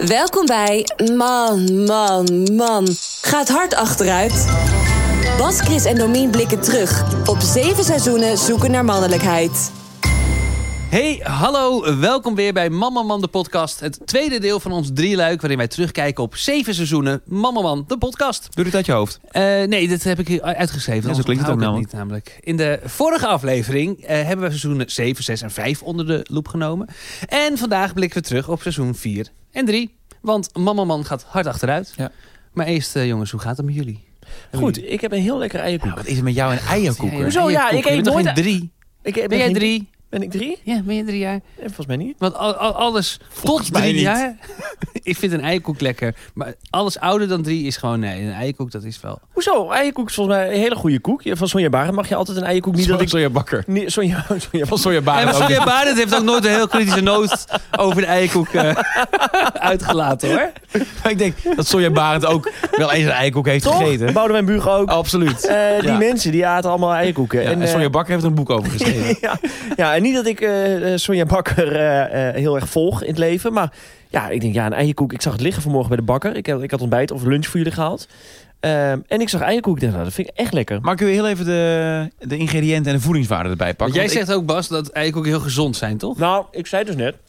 Welkom bij Man. Gaat hard achteruit? Bas, Chris en Domien blikken terug op 7 seizoenen zoeken naar mannelijkheid. Hey, hallo, welkom weer bij Man, de podcast. Het tweede deel van ons drieluik waarin wij terugkijken op 7 seizoenen Man, de podcast. Doe dit uit je hoofd? Nee, dat heb ik uitgeschreven. Ja, zo klinkt het ook niet, namelijk. In de vorige aflevering hebben we seizoenen 7, 6 en 5 onder de loep genomen. En vandaag blikken we terug op seizoen 4 en 3. Want Man gaat hard achteruit. Ja. Maar eerst, jongens, hoe gaat het met jullie? Goed, ik heb een heel lekker eierkoek. Nou, wat is er met jou en eierkoek? Hoezo? Ja, ik eet nooit... geen 3. Ben jij 3? Ben ik 3? Ja, ben je 3 jaar? Volgens mij niet. Want alles tot 3 jaar... Ik vind een eierkoek lekker. Maar alles ouder dan 3 is gewoon... Nee, een eierkoek, dat is wel... Hoezo? Eierkoek is volgens mij een hele goede koek. Van Sonja Barend mag je altijd een eierkoek. Niet dat ik... Sonja Bakker. Sonja Van Sonja Barend. Maar Sonja Barend heeft ook nooit een heel kritische noot over de eierkoek uitgelaten, hoor. Maar ik denk dat Sonja Barend ook wel eens een eierkoek heeft gegeten. Boudewijn Buug ook. Absoluut. Die mensen, die aten allemaal eierkoeken. Ja, en Sonja Bakker heeft er een boek over geschreven. ja, en niet dat ik Sonja Bakker heel erg volg in het leven. Maar ja, ik denk, een eierkoek. Ik zag het liggen vanmorgen bij de bakker. Ik had ontbijt of lunch voor jullie gehaald. En ik zag eierkoek. Ik dacht, dat vind ik echt lekker. Maar kun je heel even de ingrediënten en de voedingswaarde erbij pakken? Jij zegt ook, Bas, dat eierkoeken heel gezond zijn, toch? Nou, ik zei dus net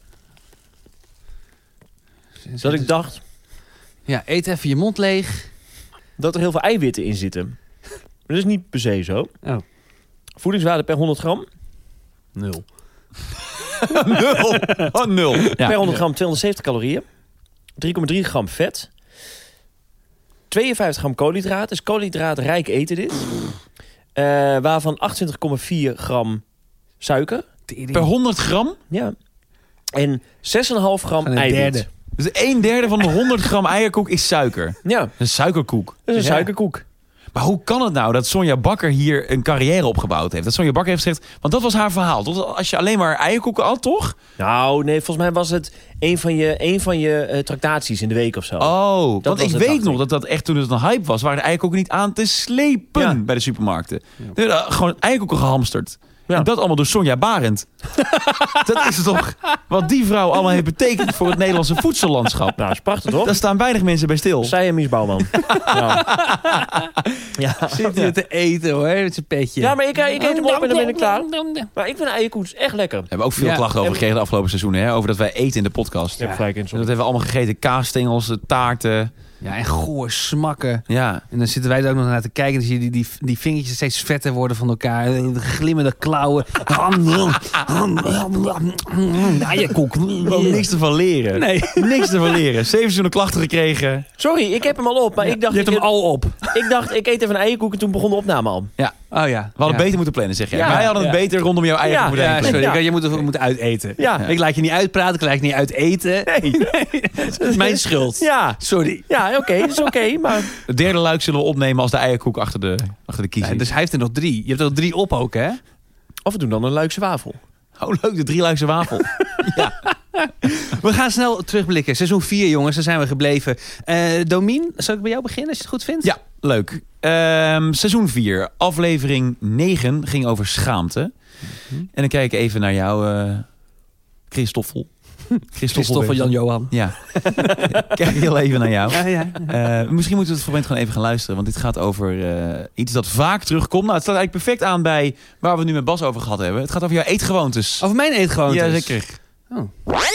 dat ik dacht... Ja, eet even je mond leeg. Dat er heel veel eiwitten in zitten. Maar dat is niet per se zo. Oh. Voedingswaarde per 100 gram? 0. 0. Oh, 0. Ja. Per 100 gram 270 calorieën. 3,3 gram vet. 52 gram koolhydraten. Dus koolhydraatrijk eten dit. Waarvan 28,4 gram suiker. Per 100 gram? Ja. En 6,5 gram eiwit. Dus 1/3 van de 100 gram eierkoek is suiker. Ja. Een suikerkoek. Dat is een suikerkoek. Maar hoe kan het nou dat Sonja Bakker hier een carrière opgebouwd heeft? Dat Sonja Bakker heeft gezegd... Want dat was haar verhaal. Toch? Als je alleen maar eierkoeken had, toch? Nou, nee, volgens mij was het een van je tractaties in de week of zo. Oh, want ik weet nog dat echt toen het een hype was... waren de eierkoeken niet aan te slepen bij de supermarkten. Ja. Gewoon eierkoeken gehamsterd. Ja. En dat allemaal door Sonja Barend. Dat is toch wat die vrouw allemaal heeft betekend voor het Nederlandse voedsellandschap. Nou, is prachtig, toch? Daar staan weinig mensen bij stil. Zij en Mies Bouwman. Ja. Zit hier te eten, hoor, met zijn petje. Ja, maar ik eet hem op en dan ben ik klaar. Maar ik vind eierkoek echt lekker. We hebben ook veel klachten over gekregen de afgelopen seizoenen. Hè? Over dat wij eten in de podcast. Ja. Dat hebben we allemaal gegeten. Kaasstengels, taarten. Ja, en goor smakken. Ja. En dan zitten wij er ook nog naar te kijken. Dan zie je die vingertjes steeds vetter worden van elkaar. De glimmende klauwen. Eierkoek. Niks ervan leren. Nee. Niks ervan leren. 7 seizoenen klachten gekregen. Sorry, ik heb hem al op. Maar ik dacht, je hebt hem al op. Ik dacht, ik eet even een eierkoek en toen begon de opname al. Ja. Oh ja. We hadden beter moeten plannen, zeg jij. Ja. Wij hadden het beter rondom jouw eierkoek moeten eten. Sorry, je moet uiteten. Ja. Ik laat je niet uitpraten, ik laat je niet uiteten. Nee. Dat is mijn schuld. Ja. Sorry. Ja, oké, dat is oké, maar... Het derde luik zullen we opnemen als de eierkoek achter de kies. Ja, dus hij heeft er nog 3. Je hebt er nog 3 op ook, hè? Of we doen dan een Luikse wafel. Oh, leuk, de 3 luikse wafel. Ja. We gaan snel terugblikken. Seizoen 4, jongens, daar zijn we gebleven. Domien, zal ik bij jou beginnen als je het goed vindt? Ja, leuk. Seizoen 4, aflevering 9 ging over schaamte. En dan kijk ik even naar jou, Christoffel Jan-Johan. Ja. Kijk heel even naar jou. Ja. Misschien moeten we het moment gewoon even gaan luisteren. Want dit gaat over iets dat vaak terugkomt. Nou, het staat eigenlijk perfect aan bij waar we het nu met Bas over gehad hebben. Het gaat over jouw eetgewoontes. Over mijn eetgewoontes? Ja, zeker. Oh.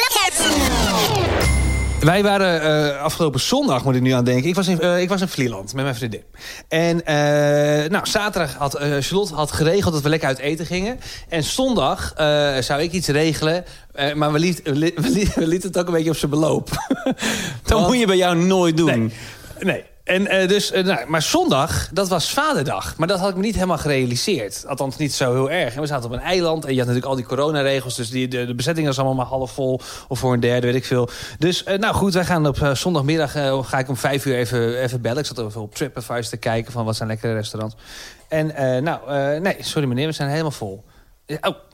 Wij waren afgelopen zondag, moet ik nu aan denken. Ik was in Vlieland met mijn vriendin. En zaterdag had Charlotte geregeld dat we lekker uit eten gingen. En zondag zou ik iets regelen. Maar we lieten het ook een beetje op zijn beloop. Dat moet je bij jou nooit doen. Nee. En maar zondag, dat was Vaderdag. Maar dat had ik me niet helemaal gerealiseerd. Althans niet zo heel erg. En we zaten op een eiland en je had natuurlijk al die coronaregels. Dus de bezetting was allemaal maar half vol. Of voor een derde, weet ik veel. Dus goed, wij gaan op zondagmiddag... ga ik om 5 uur even bellen. Ik zat even op TripAdvisor te kijken van wat zijn lekkere restaurants. En nee, sorry meneer, we zijn helemaal vol.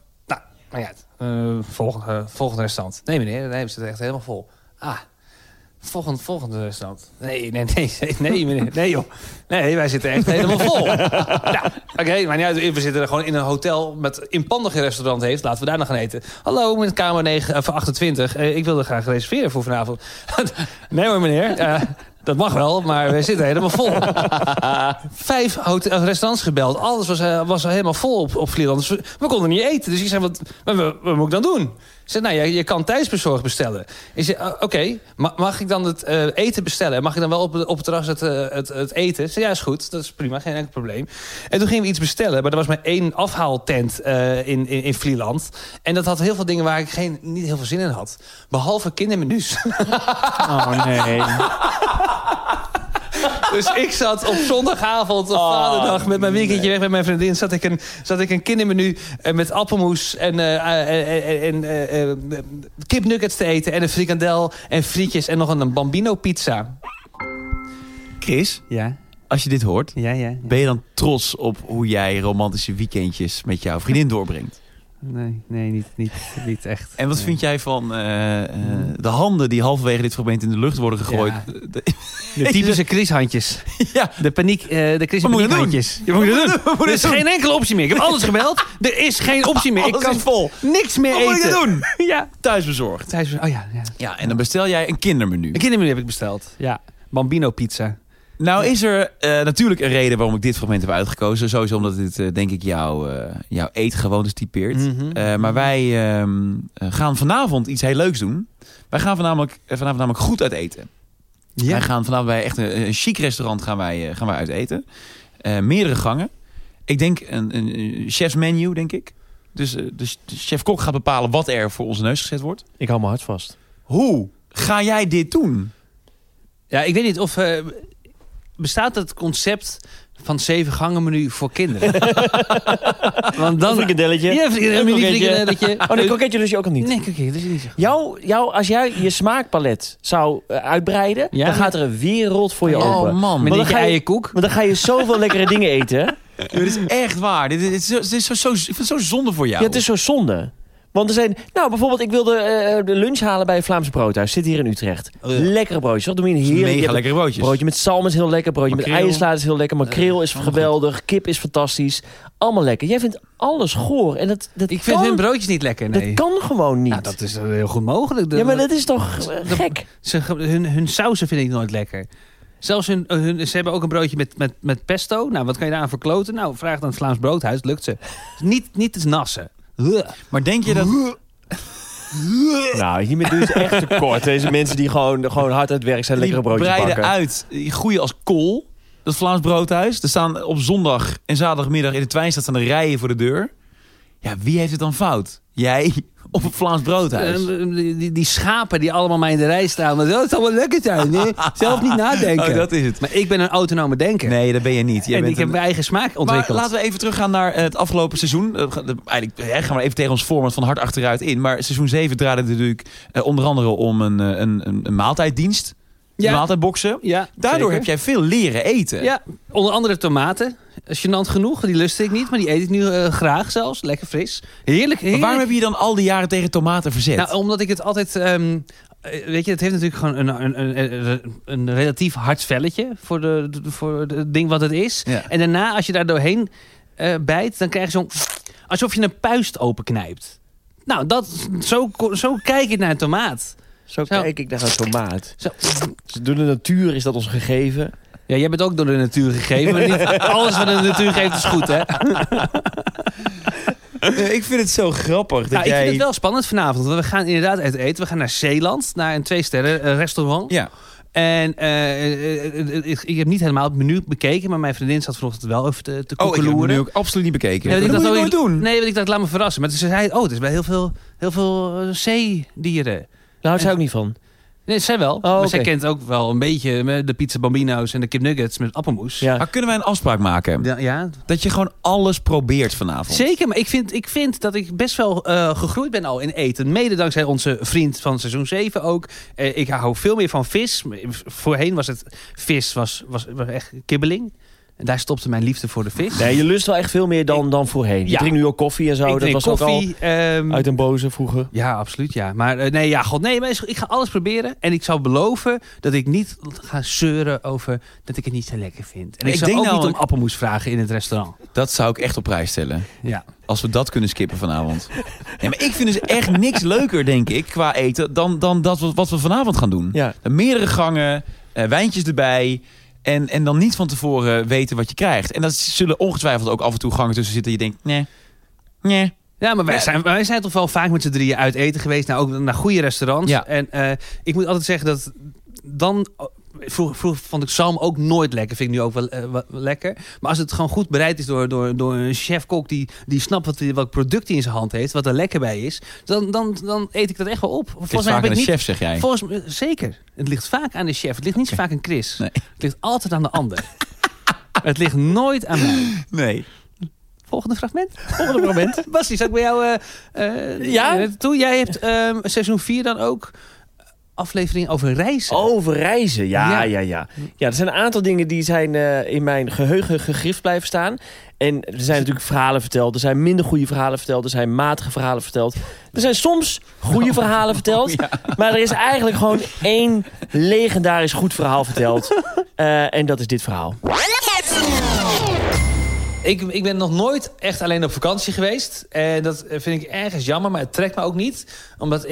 Maar ja, volgende restaurant. Nee meneer, we zitten echt helemaal vol. Volgende restaurant. Nee, meneer. Nee, joh. Nee, wij zitten echt helemaal vol. Ja, oké, maar niet uit. We zitten er gewoon in een hotel met inpandige restaurant heeft. Laten we daar nog gaan eten. Hallo, met kamer 28. Ik wilde graag reserveren voor vanavond. Nee hoor, meneer. Dat mag wel, maar we zitten helemaal vol. 5 restaurants gebeld. Alles was helemaal vol op Vlieland. Dus we konden niet eten. Dus ik zei, wat moet ik dan doen? Ik zei, nou, je kan thuisbezorgd bestellen. Ik zei, oké, mag ik dan het eten bestellen? Mag ik dan wel op het terras het eten? Ik zei, ja, is goed. Dat is prima, geen enkel probleem. En toen gingen we iets bestellen. Maar er was maar 1 afhaaltent in Vlieland. En dat had heel veel dingen waar ik niet heel veel zin in had. Behalve kindermenu's. Oh, nee. Dus ik zat op zondagavond op vaderdag met mijn weekendje weg met mijn vriendin. Zat ik een kindermenu met appelmoes en kipnuggets te eten. En een frikandel en frietjes en nog een Bambino pizza. Chris, Ja? als je dit hoort, Ja. ben je dan trots op hoe jij romantische weekendjes met jouw vriendin doorbrengt? Nee, niet echt. En wat vind jij van de handen die halverwege dit fragment in de lucht worden gegooid? Ja. De typische Chris-handjes. Ja. De paniek, de Chris Wat moet je doen? handjes. Je moet het doen. Er is geen enkele optie meer. Ik heb alles gebeld. Er is geen optie meer. Alles ik kan is vol. niks meer Wat eten. moet je doen? Ja. Thuisbezorgd. Oh ja. Ja, en dan bestel jij een kindermenu. Een kindermenu heb ik besteld. Ja. Bambino pizza. Nou is er natuurlijk een reden waarom ik dit fragment heb uitgekozen. Sowieso omdat dit denk ik jouw eetgewoontes typeert. Maar wij gaan vanavond iets heel leuks doen. Wij gaan vanavond namelijk goed uit eten. Ja. Wij gaan vanavond bij echt een chic restaurant gaan wij uit eten. Meerdere gangen. Ik denk een chefsmenu, denk ik. Dus de chef-kok gaat bepalen wat er voor onze neus gezet wordt. Ik hou mijn hart vast. Hoe ga jij dit doen? Ja, ik weet niet of... bestaat het concept van 7 gangen menu voor kinderen? Want dan... Een frikandelletje. Ja, een frikandelletje. Oh nee, kroketje dus je ook al niet. Nee, kijk, dat is niet zo. Als jij je smaakpalet zou uitbreiden, Ja? dan gaat er een wereld voor je open. Oh man. Met dan dit ga je- eierkoek. Maar dan ga je zoveel lekkere dingen eten. Dit is echt waar. Dit is zo, ik vind het zo zonde voor jou. Ja, het is zo zonde. Want er zijn... Nou, bijvoorbeeld, ik wilde de lunch halen bij het Vlaamse Broodhuis. Zit hier in Utrecht. Lekkere broodjes. Dat doe je een heerlijk. Je mega hebt lekkere broodjes. Broodje met zalm is heel lekker. Broodje Makreel. met eierslaat is heel lekker. Makreel is geweldig. Kip is fantastisch. Allemaal lekker. Jij vindt alles goor. En dat Ik vind hun broodjes niet lekker, nee. Dat kan gewoon niet. Nou, dat is heel goed mogelijk. Ja, maar dat is toch gek? Hun sausen vind ik nooit lekker. Zelfs ze hebben ook een broodje met pesto. Nou, wat kan je daar aan verkloten? Nou, vraag dan het Vlaams Broodhuis. Lukt ze. Niet te nassen. Maar denk je dat... Nou, hiermee doe je het echt te kort. Deze mensen die gewoon hard aan het werk zijn, lekkere broodjes breiden bakken. uit. Die groeien als kool. Dat Vlaams Broodhuis. Er staan op zondag en zaterdagmiddag in de Twijnstraat staan de rijen voor de deur. Ja, wie heeft het dan fout? Jij of het Vlaams Broodhuis? Die schapen die allemaal maar in de rij staan. Maar dat zal wel lekker zijn. Nee? Zelf niet nadenken. Oh, dat is het. Maar ik ben een autonome denker. Nee, dat ben je niet. Jij en bent ik heb mijn eigen smaak ontwikkeld. Maar laten we even teruggaan naar het afgelopen seizoen. Eigenlijk gaan we even tegen ons format van hard achteruit in. Maar seizoen 7 draaide natuurlijk onder andere om een maaltijddienst. Ja. Maaltijdboxen. Ja, Daardoor zeker. heb jij veel leren eten. Ja, onder andere tomaten. Gênant genoeg, die lust ik niet. Maar die eet ik nu graag zelfs. Lekker fris. Heerlijk. Maar waarom heb je dan al die jaren tegen tomaten verzet? Nou, omdat ik het altijd... weet je, het heeft natuurlijk gewoon een relatief hard velletje voor het ding wat het is. Ja. En daarna, als je daar doorheen bijt, dan krijg je zo'n... Alsof je een puist openknijpt. Nou, zo kijk ik naar een tomaat. Zo kijk ik naar een tomaat. Zo. Door de natuur is dat ons gegeven. Ja, jij bent ook door de natuur gegeven. Maar niet alles wat de natuur geeft is goed, hè? Ik vind het zo grappig. Dat Nou, ik jij... vind het wel spannend vanavond. Want we gaan inderdaad uit eten. We gaan naar Zeeland, naar een 2-sterren restaurant. Ja. En ik heb niet helemaal het menu bekeken. Maar mijn vriendin zat vanochtend wel even te Oh, ik heb koekeloeren. het nu ook absoluut niet bekeken. Nee, dat moet je nooit doen. Nee, want ik dacht, laat me verrassen. Maar ze zei, het is bij heel veel zeedieren. Nou, daar zou ik niet van. Nee, zij wel. Oh, maar zij oké. kent ook wel een beetje de pizza bambino's en de kipnuggets met appelmoes. Ja. Maar kunnen wij een afspraak maken? Ja, Dat je gewoon alles probeert vanavond. zeker. Maar ik vind dat ik best wel gegroeid ben al in eten. Mede dankzij onze vriend van seizoen 7 ook. Ik hou veel meer van vis. Voorheen was het vis was echt kibbeling. En daar stopte mijn liefde voor de vis. Nee, je lust wel echt veel meer dan voorheen. Je drinkt nu ook koffie en zo. Dat was koffie, ook al uit een boze vroeger. Ja, absoluut, ja. Maar maar ik ga alles proberen. En ik zou beloven dat ik niet ga zeuren over dat ik het niet zo lekker vind. En ik zou ook niet om appelmoes vragen in het restaurant. Dat zou ik echt op prijs stellen. Ja. Als we dat kunnen skippen vanavond. Ja, maar ik vind dus echt niks leuker, denk ik, qua eten... dan dat wat we vanavond gaan doen. Ja. Meerdere gangen, wijntjes erbij... En dan niet van tevoren weten wat je krijgt. En dat zullen ongetwijfeld ook af en toe gangen tussen zitten... je denkt, nee. Ja, maar wij zijn toch wel vaak met z'n drieën uit eten geweest. Nou, ook naar goede restaurants. Ja. En ik moet altijd zeggen dat dan... Vroeger vond ik zalm ook nooit lekker. Vind ik nu ook wel lekker. Maar als het gewoon goed bereid is door een chef-kok... die snapt welk product hij in zijn hand heeft... wat er lekker bij is... dan eet ik dat echt wel op. Het ligt vaak aan de chef, zeg jij? Zeker. Het ligt vaak aan de chef. Het ligt niet zo vaak aan Chris. Nee. Het ligt altijd aan de ander. Het ligt nooit aan mij. Nee. Volgende fragment. Basti, zou ik bij jou... Jij hebt seizoen 4 dan ook... aflevering over reizen. Over reizen, ja. Ja, er zijn een aantal dingen die zijn in mijn geheugen gegrift blijven staan. En er zijn natuurlijk verhalen verteld. Er zijn minder goede verhalen verteld. Er zijn matige verhalen verteld. Er zijn soms goede verhalen verteld. Ja. Maar er is eigenlijk gewoon 1 legendarisch goed verhaal verteld. En dat is dit verhaal. Ik ben nog nooit echt alleen op vakantie geweest. En dat vind ik ergens jammer, maar het trekt me ook niet. Omdat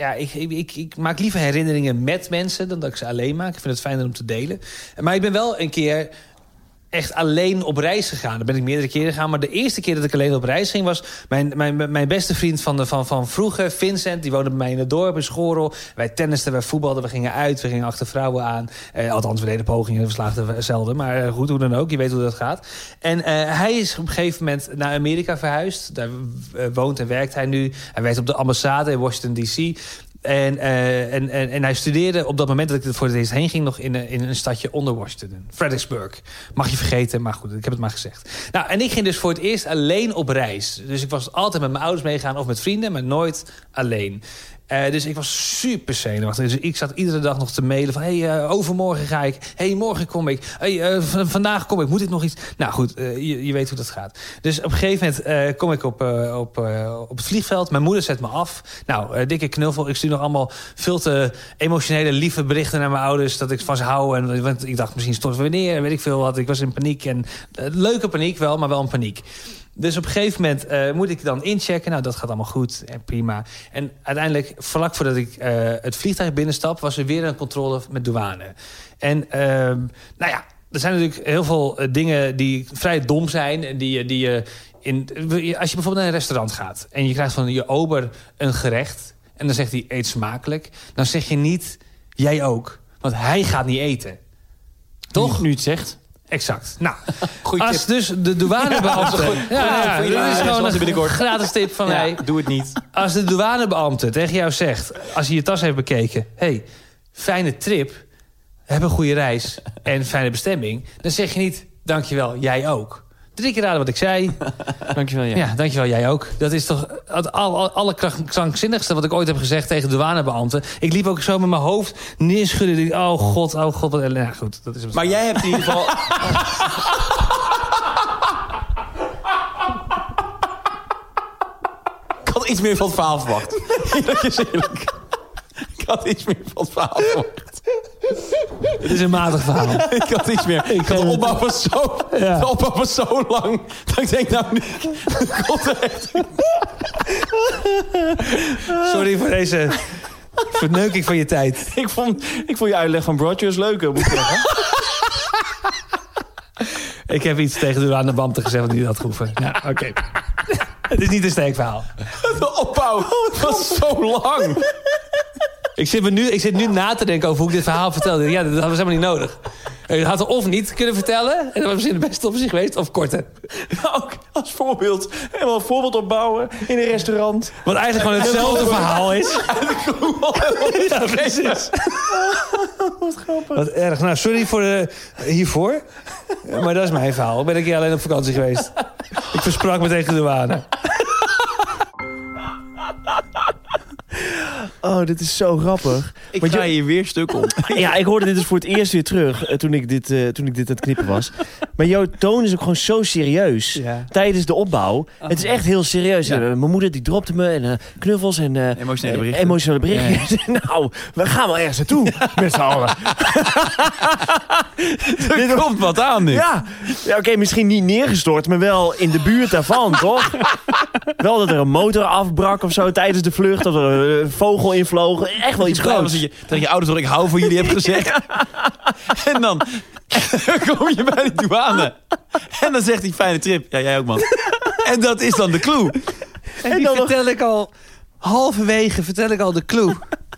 ik maak liever herinneringen met mensen dan dat ik ze alleen maak. Ik vind het fijner om te delen. Maar ik ben wel een keer echt alleen op reis gegaan. Daar ben ik meerdere keren gegaan. Maar de eerste keer dat ik alleen op reis ging... was mijn beste vriend van vroeger, Vincent. Die woonde bij mij in het dorp in Schorel. Wij tennisten, wij voetbalden, we gingen uit. We gingen achter vrouwen aan. Althans, we deden pogingen. We slaagden zelden. Maar goed, hoe dan ook. Je weet hoe dat gaat. En hij is op een gegeven moment naar Amerika verhuisd. Daar woont en werkt hij nu. Hij werkt op de ambassade in Washington D.C., En hij studeerde op dat moment dat ik er voor het eerst heen ging... nog in een stadje onder Washington. Fredericksburg. Mag je vergeten, maar goed, ik heb het maar gezegd. Nou, en ik ging dus voor het eerst alleen op reis. Dus ik was altijd met mijn ouders meegaan of met vrienden... maar nooit alleen. Dus ik was super zenuwachtig. Dus ik zat iedere dag nog te mailen van... overmorgen ga ik. Morgen kom ik. Vandaag kom ik. Moet ik nog iets? Nou goed, je weet hoe dat gaat. Dus op een gegeven moment kom ik op het vliegveld. Mijn moeder zet me af. Nou, dikke knuffel. Ik stuur nog allemaal veel te emotionele, lieve berichten naar mijn ouders... dat ik van ze hou. Want ik dacht, misschien stort we neer. Weet ik veel wat. Ik was in paniek. Leuke paniek wel, maar wel een paniek. Dus op een gegeven moment moet ik dan inchecken. Nou, dat gaat allemaal goed en prima. En uiteindelijk, vlak voordat ik het vliegtuig binnenstap... was er weer een controle met douane. En er zijn natuurlijk heel veel dingen die vrij dom zijn... en als je bijvoorbeeld naar een restaurant gaat... en je krijgt van je ober een gerecht... en dan zegt hij, eet smakelijk... dan zeg je niet, jij ook. Want hij gaat niet eten. Toch? Nu het zegt... Exact. Nou, als dus de douanebeambte... dit is gewoon een gratis tip van mij. Doe het niet. Als de douanebeambte tegen jou zegt... als hij je tas heeft bekeken... fijne trip, heb een goede reis en fijne bestemming... dan zeg je niet, dankjewel, jij ook. 3 keer raden wat ik zei. Dankjewel, jij. Ja, dankjewel, jij ook. Dat is toch het allerkrankzinnigste wat ik ooit heb gezegd tegen douanebeambten. Ik liep ook zo met mijn hoofd neerschudden. Oh god. Wat, nou goed, dat is maar jij hebt in ieder geval... Ik had iets meer van het verhaal verwacht. Ik had iets meer van het verhaal verwacht. Het is een matig verhaal. Ik had iets meer. De opbouw was zo lang. Dat ik denk, nou, nu komt er echt... Sorry voor deze verneuking van je tijd. Ik vond je uitleg van Broadchurch leuker, moet ik zeggen. Ik heb iets tegen de douanebeambte gezegd wat niet had gehoeven. Ja, oké. Het is niet een sterk verhaal. De opbouw was zo lang. Ik zit nu na te denken over hoe ik dit verhaal vertelde. Ja, dat was helemaal niet nodig. Je had het of niet kunnen vertellen. En dat was misschien de beste optie geweest. Of korter. Ook als voorbeeld. Helemaal een voorbeeld opbouwen in een restaurant. Wat eigenlijk gewoon hetzelfde verhaal is. Ja, precies. Wat grappig. Wat erg. Nou, sorry voor hiervoor. Maar dat is mijn verhaal. Ik ben een keer alleen op vakantie geweest. Ik versprak me tegen de douane. Oh, dit is zo grappig. Ik ga hier weer stuk op. Ja, ik hoorde dit dus voor het eerst weer terug toen ik dit aan het knippen was. Maar jouw toon is ook gewoon zo serieus. Ja. Tijdens de opbouw. Het is echt heel serieus. Ja. Mijn moeder die dropte me en knuffels en emotionele berichtjes. Ja. Nou, we gaan wel ergens naartoe met z'n allen. Er komt wat aan nu. Ja, oké, misschien niet neergestort, maar wel in de buurt daarvan, toch? Wel dat er een motor afbrak of zo tijdens de vlucht. Of er een vogel invloog. Echt wel iets groots. Dat je tegen je ouders ik hou van jullie hebt gezegd. En dan kom je bij de douane. En dan zegt hij fijne trip. Ja, jij ook man. En dat is dan de clue. En dan vertel ik al... Halverwege vertel ik al de clue.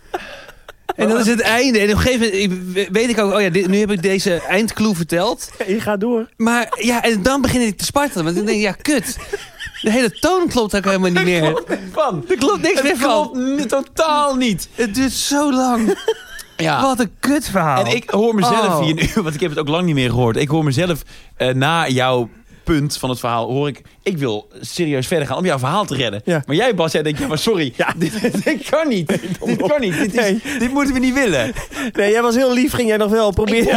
En dan is het einde. En op een gegeven moment weet ik ook... nu heb ik deze eindclue verteld. Je gaat door. Maar ja, en dan begin ik te spartelen. Want dan denk ik, kut. De hele toon klopt ook helemaal niet meer. Er klopt niks meer van. Klopt totaal niet. Het duurt zo lang. Ja. Wat een kutverhaal. En ik hoor mezelf hier nu, want ik heb het ook lang niet meer gehoord. Ik hoor mezelf na jouw punt van het verhaal, ik wil serieus verder gaan om jouw verhaal te redden. Ja. Maar jij, Bas, jij denkt, maar sorry, dit kan niet. Dit kan niet. Dit moeten we niet willen. Nee, jij was heel lief, ging jij nog wel proberen.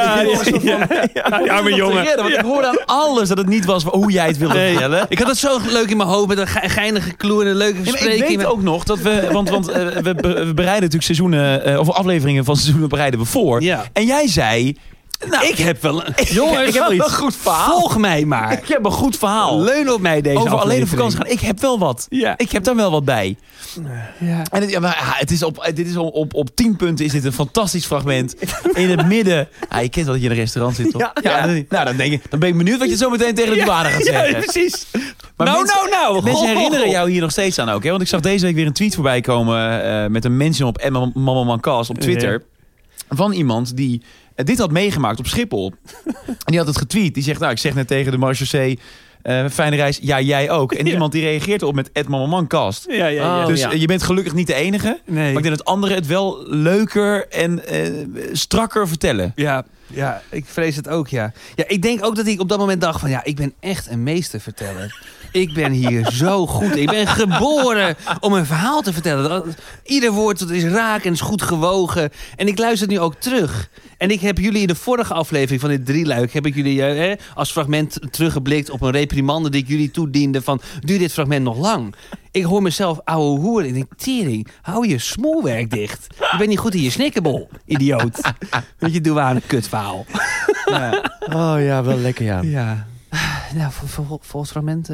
Ja, maar jongen. Redden, want ik hoorde aan alles dat het niet was hoe jij het wilde vertellen. Ik had het zo leuk in mijn hoofd met een geinige clue en een leuke verspreking. Ik weet ook nog dat we, want we bereiden natuurlijk seizoenen, of afleveringen van seizoenen bereiden we voor. Ja. En jij zei... Nou, ik heb wel... Jongens, ik heb een goed verhaal. Volg mij maar. Ik heb een goed verhaal. Leun op mij deze over alleen op vakantie gaan. Ik heb wel wat. Ja. Ik heb daar wel wat bij. Ja. En dit is op 10 punten is dit een fantastisch fragment. In het midden... je kent wel dat je in een restaurant zit, toch? Ja. Nou, dan ben ik benieuwd wat je zo meteen tegen de douane gaat zeggen. Ja, precies. Maar mensen herinneren jou hier nog steeds aan ook. Hè? Want ik zag deze week weer een tweet voorbij komen... met een mention op @mamamancast op Twitter. Ja. Van iemand die... dit had meegemaakt op Schiphol. En die had het getweet. Die zegt, ik zeg net tegen de marechaussee... fijne reis, ja, jij ook. En iemand die reageert op met @mamamancast. Dus je bent gelukkig niet de enige. Nee. Maar ik denk dat anderen het wel leuker en strakker vertellen. Ja, ik vrees het ook, ja. Ja, ik denk ook dat ik op dat moment dacht van... ik ben echt een meesterverteller. Ik ben hier zo goed. Ik ben geboren om een verhaal te vertellen. Ieder woord is raak en is goed gewogen. En ik luister nu ook terug. En ik heb jullie in de vorige aflevering van dit drieluik... heb ik jullie als fragment teruggeblikt op een reprimande... die ik jullie toediende van... duur dit fragment nog lang? Ik hoor mezelf ouwe hoeren. Ik denk, tering, hou je smolwerk dicht. Je bent niet goed in je snikkerbol, idioot. Want je doet aan een kutverhaal. Ja. Oh ja, wel lekker, ja. Nou, volgend fragment.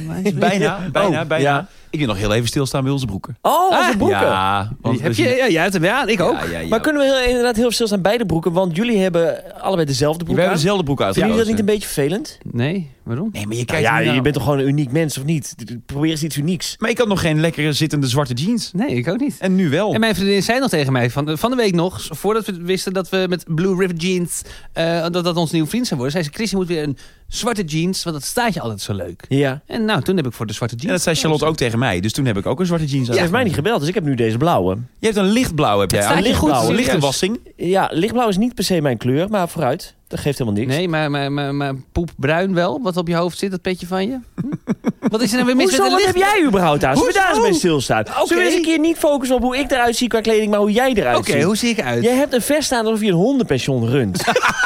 Bijna. Ja. Ik wil nog heel even stilstaan bij onze broeken. Oh, onze broeken. Ja, want jij hebt hem weer aan. Ik ook. Ja. Maar kunnen we inderdaad heel stilstaan bij de broeken? Want jullie hebben allebei dezelfde broek aan. We hebben dezelfde broek uit. Vinden jullie dat niet een beetje vervelend? Nee, waarom? Nee, maar je kijkt je bent toch gewoon een uniek mens, of niet? Probeer eens iets unieks. Maar ik had nog geen lekkere zittende zwarte jeans. Nee, ik ook niet. En nu wel. En mijn vriendin zei nog tegen mij van de week nog... voordat we wisten dat we met Blue River Jeans... dat ons nieuwe vriend zou worden... zei ze, Chris, je moet weer een zwarte jeans... want dat staat je altijd zo leuk. Ja. En toen heb ik voor de zwarte jeans... En dat zei Charlotte ook tegen mij. Dus toen heb ik ook een zwarte jeans aan. Ze heeft mij niet gebeld, dus ik heb nu deze blauwe. Je hebt een lichtblauw, heb jij. Een lichtblauw. Lichte wassing. Ja, lichtblauw is niet per se mijn kleur, maar vooruit. Dat geeft helemaal niks. Nee, maar poepbruin wel, wat op je hoofd zit, dat petje van je. Wat is er nou weer mis met de Wat heb jij überhaupt aan? Zullen we daar eens bij stilstaan? Okay. Zullen we eens een keer niet focussen op hoe ik eruit zie qua kleding, maar hoe jij eruit ziet? Oké, hoe zie ik eruit? Jij hebt een vest aan alsof je een hondenpension runt.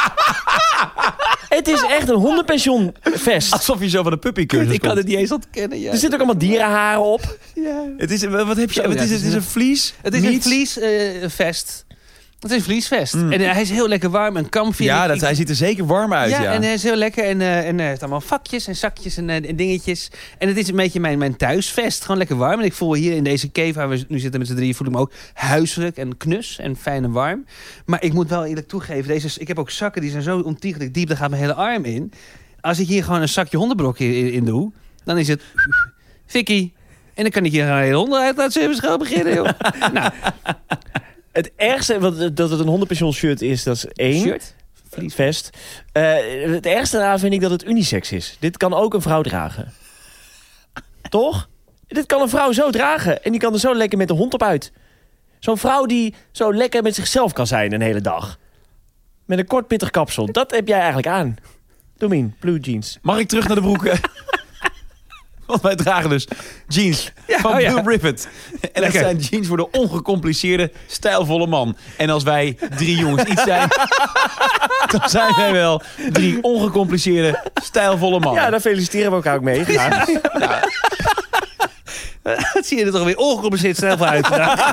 Het is echt een hondenpension vest. Alsof je zo van de puppycursus Ik kan het niet eens ontkennen, ja. Er zitten ook allemaal dierenharen op. Ja. Het is, wat heb je? Het is een vlies? Het is een vliesvest. Het is een vliesvest. En hij is heel lekker warm en comfy. Ja, hij ziet er zeker warm uit. Ja, en hij is heel lekker. En hij heeft allemaal vakjes en zakjes en dingetjes. En het is een beetje mijn thuisvest. Gewoon lekker warm. En ik voel hier in deze cave waar we nu zitten met z'n drieën... voel ik me ook huiselijk en knus en fijn en warm. Maar ik moet wel eerlijk toegeven... ik heb ook zakken die zijn zo ontiegelijk diep. Daar gaat mijn hele arm in. Als ik hier gewoon een zakje hondenbrokje in doe... dan is het... Vicky. En dan kan ik hier gewoon een hele honden uit zijn schuil beginnen, joh. Nou... Het ergste, dat het een hondenpension shirt is, dat is 1. Shirt? Vest. Het ergste daaraan vind ik dat het unisex is. Dit kan ook een vrouw dragen. Toch? Dit kan een vrouw zo dragen. En die kan er zo lekker met de hond op uit. Zo'n vrouw die zo lekker met zichzelf kan zijn een hele dag. Met een kort pittig kapsel. Dat heb jij eigenlijk aan. Domien, blue jeans. Mag ik terug naar de broeken? Want wij dragen dus jeans van Blue Rivet. En dat zijn jeans voor de ongecompliceerde, stijlvolle man. En als wij 3 jongens iets zijn, dan zijn wij wel 3 ongecompliceerde, stijlvolle mannen. Ja, daar feliciteren we elkaar ook mee. Graag. Ja. Dat zie je er toch weer ongecompliceerd stijlvol uit.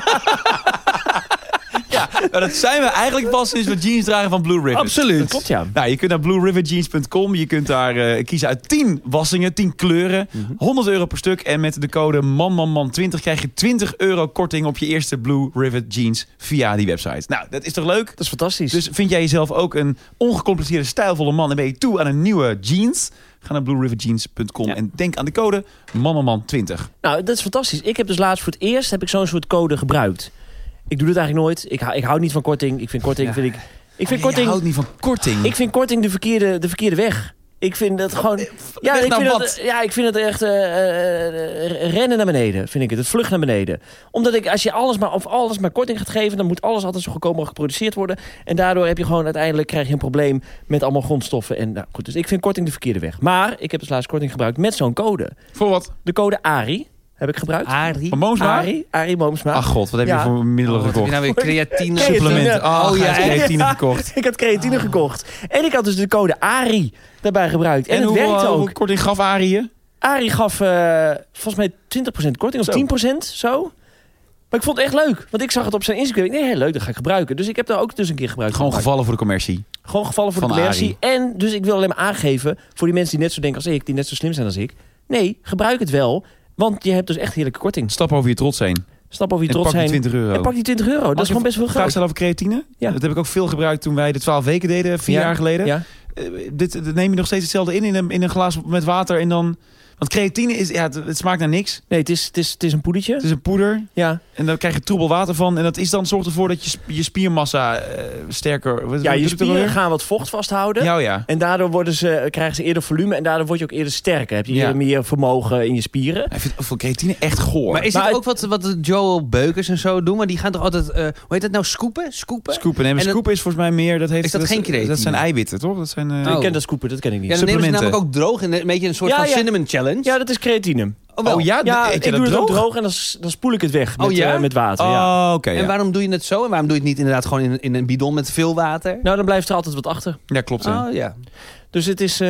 Ja, maar dat zijn we eigenlijk pas sinds we jeans dragen van Blue Rivet. Absoluut. Dat klopt, ja. Nou, je kunt naar bluerivetjeans.com. Je kunt daar kiezen uit 10 wassingen, 10 kleuren. €100 per stuk. En met de code MANMANMAN20 krijg je €20 korting op je eerste Blue Rivet jeans via die website. Nou, dat is toch leuk? Dat is fantastisch. Dus vind jij jezelf ook een ongecompliceerde, stijlvolle man en ben je toe aan een nieuwe jeans? Ga naar bluerivetjeans.com en denk aan de code MANMANMAN20. Nou, dat is fantastisch. Ik heb dus laatst voor het eerst zo'n soort code gebruikt. Ik doe dit eigenlijk nooit. Ik hou niet van korting. Ik vind korting... Je houdt niet van korting. Ik vind korting de verkeerde weg. Ik vind dat gewoon... Ik vind het echt rennen naar beneden, vind ik het. Het vlucht naar beneden. Omdat als je alles maar korting gaat geven, dan moet alles altijd zo goedkoop mogelijk geproduceerd worden. En daardoor heb je gewoon uiteindelijk krijg je een probleem met allemaal grondstoffen. En, nou, goed, dus ik vind korting de verkeerde weg. Maar ik heb dus laatst korting gebruikt met zo'n code. Voor wat? De code ARI heb ik gebruikt. Van Boomsma? Arie Boomsma. Ach god, wat heb je voor middelen gekocht? Heb je nou weer creatine? Supplementen. Creatine gekocht. Ik had creatine gekocht. En ik had dus de code ARI daarbij gebruikt. En het werkte ook. Hoe korting gaf Arie je? Arie gaf volgens mij 20% korting. Of 10% zo. Maar ik vond het echt leuk. Want ik zag het op zijn Instagram. Ik dacht, heel leuk, dat ga ik gebruiken. Dus ik heb daar ook dus een keer gebruikt. Gewoon gevallen voor de commercie. Gewoon gevallen voor de commercie. Arie. En dus ik wil alleen maar aangeven voor die mensen die net zo denken als ik. Die net zo slim zijn als ik. Nee, gebruik het wel. Want je hebt dus echt heerlijke korting. Stap over je trots heen. Stap over je trots heen. En pak die €20. En pak die €20. Dat is gewoon best wel groot. Vraag stellen over creatine? Ja. Dat heb ik ook veel gebruikt toen wij de 12 weken deden, 4 jaar geleden. Ja. Dit neem je nog steeds hetzelfde in een glas met water en dan... Want creatine is, het smaakt naar niks. Nee, het is een poedertje. Het is een poeder. Ja. En dan krijg je troebel water van. En dat zorgt ervoor dat je spiermassa sterker... Je spieren gaan wat vocht vasthouden. Ja. En daardoor krijgen ze eerder volume. En daardoor word je ook eerder sterker. Heb je eerder meer vermogen in je spieren. Ik vind voor creatine echt goor. Maar is het ook wat Joel Beukers en zo doen? Maar die gaan toch altijd... hoe heet dat nou? Scoopen? Nee, maar scoopen is volgens mij meer... Is dat geen creatine? Dat zijn eiwitten, toch? Dat zijn, Ik ken dat scoopen, dat ken ik niet. Ja, dan nemen ze namelijk ook droog. Een beetje een soort van cinnamon challenge. Ja, dat is creatine. Ik doe het ook droog en dan spoel ik het weg met water. Oké. En waarom doe je het zo? En waarom doe je het niet inderdaad gewoon in een bidon met veel water? Nou, dan blijft er altijd wat achter. Ja, klopt. Ja. Dus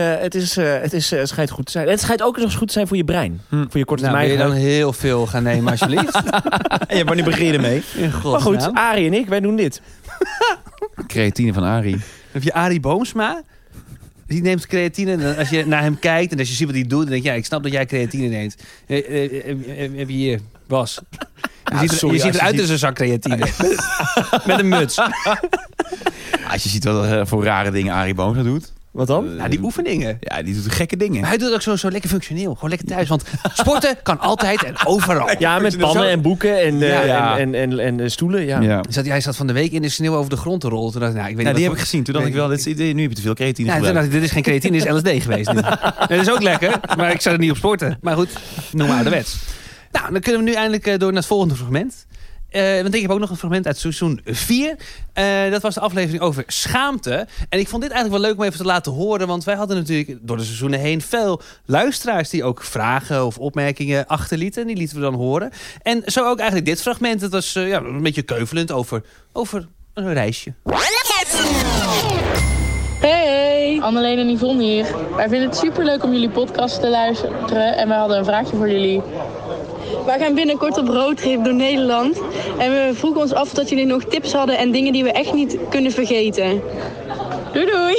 het schijnt goed te zijn. En het schijnt ook nog eens goed te zijn voor je brein. Voor je korte termijn. Wil je dan heel veel gaan nemen alsjeblieft? Ja, wanneer begin je ermee? Maar goed, Arie en ik, wij doen dit. Creatine van Arie. Heb je Arie Boomsma? Die neemt creatine en als je naar hem kijkt en als je ziet wat hij doet, dan denk je, ik snap dat jij creatine neemt. Heb je hier, Bas? Je ziet eruit als een zak creatine. Met een muts. Als je ziet wat voor rare dingen Arie Boomsma doet. Wat dan? Die oefeningen. Ja, die doet gekke dingen. Maar hij doet ook zo lekker functioneel. Gewoon lekker thuis. Want sporten kan altijd en overal. Ja, met pannen en boeken en stoelen. Ja. Hij zat van de week in de sneeuw over de grond te rollen. Toen dacht ik, die heb ik gezien. Toen dacht ik wel, nu heb je te veel creatine gebruikt. Toen dacht ik, dit is geen creatine, dit is LSD geweest. Dat is ook lekker, maar ik zou er niet op sporten. Maar goed, noem maar ouderwets. Nou, dan kunnen we nu eindelijk door naar het volgende fragment. Want ik heb ook nog een fragment uit seizoen 4. Dat was de aflevering over schaamte. En ik vond dit eigenlijk wel leuk om even te laten horen. Want wij hadden natuurlijk door de seizoenen heen veel luisteraars die ook vragen of opmerkingen achterlieten. En die lieten we dan horen. En zo ook eigenlijk dit fragment. Het was een beetje keuvelend over een reisje. Hey, Anneleen en Yvonne hier. Wij vinden het superleuk om jullie podcast te luisteren. En wij hadden een vraagje voor jullie. Wij gaan binnenkort op roadtrip door Nederland. En we vroegen ons af dat jullie nog tips hadden en dingen die we echt niet kunnen vergeten. Doei doei!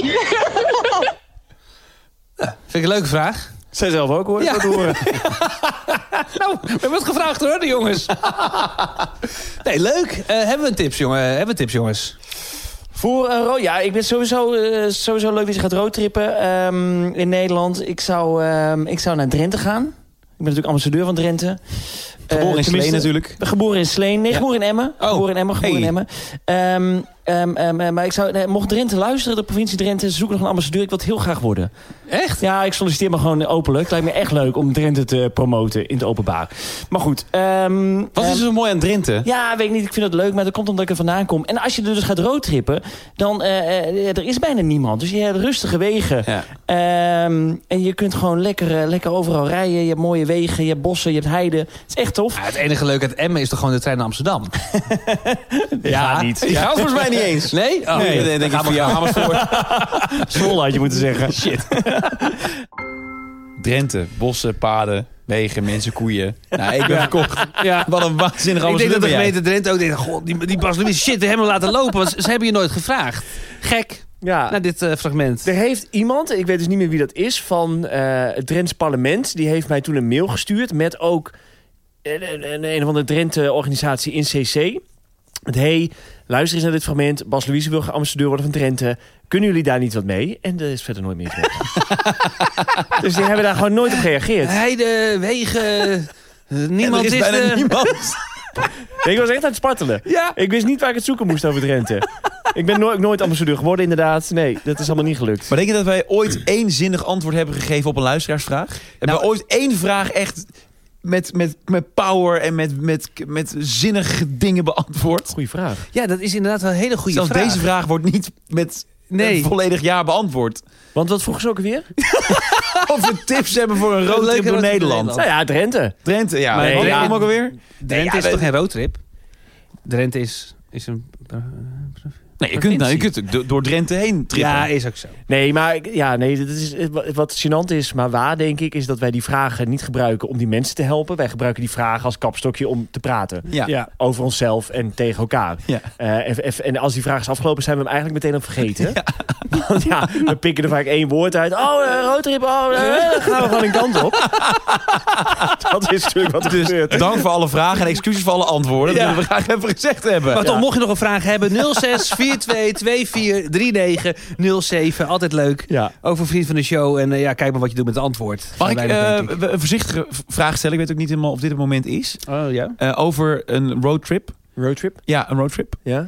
Vind ik een leuke vraag. Zij zelf ook hoor. Ja. Nou, we hebben het gevraagd hoor, de jongens. Nee, leuk. Hebben we tips, jongens? Voor ik ben sowieso leuk dat je gaat roadtrippen in Nederland. Ik zou naar Drenthe gaan. Ik ben natuurlijk ambassadeur van Drenthe. Geboren in Sleen natuurlijk. Geboren in Sleen. Nee, geboren in Emmen. Oh. Geboren in Emmen. Maar ik zou, mocht Drenthe luisteren, de provincie Drenthe, zoek nog een ambassadeur. Ik wil het heel graag worden. Echt? Ja, ik solliciteer me gewoon openlijk. Het lijkt me echt leuk om Drenthe te promoten in het openbaar. Maar goed. Wat is er zo mooi aan Drenthe? Ja, weet ik niet. Ik vind het leuk, maar dat komt omdat ik er vandaan kom. En als je er dus gaat roadtrippen, dan er is bijna niemand. Dus je hebt rustige wegen. Ja. En je kunt gewoon lekker overal rijden. Je hebt mooie wegen, je hebt bossen, je hebt heide. Het is echt tof. Ja, het enige leuke uit Emmen is toch gewoon de trein naar Amsterdam? Ja, niet. Die gaat volgens mij niet eens. Nee? Oh, Nee, denk ik voor jou. Zwolle had je moeten zeggen. Shit. Drenthe, bossen, paden, wegen, mensen, koeien. Nou, ik ben verkocht. Ja. Wat een waanzinnig Ik denk dat de ben jij. gemeente Drenthe ook denkt... God, die Bas Louise, shit, we hebben hem laten lopen. Want ze hebben je nooit gevraagd. Gek, Ja. naar dit fragment. Er heeft iemand, ik weet dus niet meer wie dat is, van het Drents parlement. Die heeft mij toen een mail gestuurd met ook een of andere Drenthe-organisatie in CC. Hey, luister eens naar dit fragment. Bas Louise wil ambassadeur worden van Drenthe. Kunnen jullie daar niet wat mee? En er is verder nooit meer iets mee. Dus die hebben daar gewoon nooit op gereageerd. Heide, wegen... niemand er is is bijna er. niemand. Ik was echt aan het spartelen. Ja. Ik wist niet waar ik het zoeken moest over Drenthe. Ik ben nooit ambassadeur geworden, inderdaad. Nee, dat is allemaal niet gelukt. Maar denk je dat wij ooit één zinnig antwoord hebben gegeven op een luisteraarsvraag? Hebben we ooit één vraag echt met power en met zinnige dingen beantwoord? Goeie vraag. Ja, dat is inderdaad wel een hele goede Zelfs vraag. deze vraag wordt niet met een volledig ja beantwoord. Want wat vroegen ze ook weer? Of we tips hebben voor een roadtrip door Nederland. Nou ja, Drenthe. Drenthe, ja. Maar Nee, ja, kom ook alweer? Drenthe is toch geen roadtrip? Drenthe is een... Nee, je kunt door Drenthe heen trippen. Ja, is ook zo. Nee, maar dit is, wat gênant is, maar waar denk ik, is dat wij die vragen niet gebruiken om die mensen te helpen. Wij gebruiken die vragen als kapstokje om te praten. Ja. Over onszelf en tegen elkaar. Ja. En als die vraag is afgelopen, zijn we hem eigenlijk meteen aan het vergeten. Ja. Want ja, we pikken er vaak één woord uit. Roadtrip, dan gaan we gewoon een kant op. Dat is natuurlijk wat er gebeurt. Dank voor alle vragen en excuses voor alle antwoorden. Dat willen we graag even gezegd hebben. Maar toch, mocht je nog een vraag hebben, 06 42 24 39 07. Altijd leuk. Ja. Over vriend van de show. En kijk maar wat je doet met het antwoord. Mag ik Zijn wij nog, denk ik. een voorzichtige vraag stellen? Ik weet ook niet helemaal of dit het moment is. Oh ja? Over een roadtrip. Roadtrip? Ja, een roadtrip. Ja.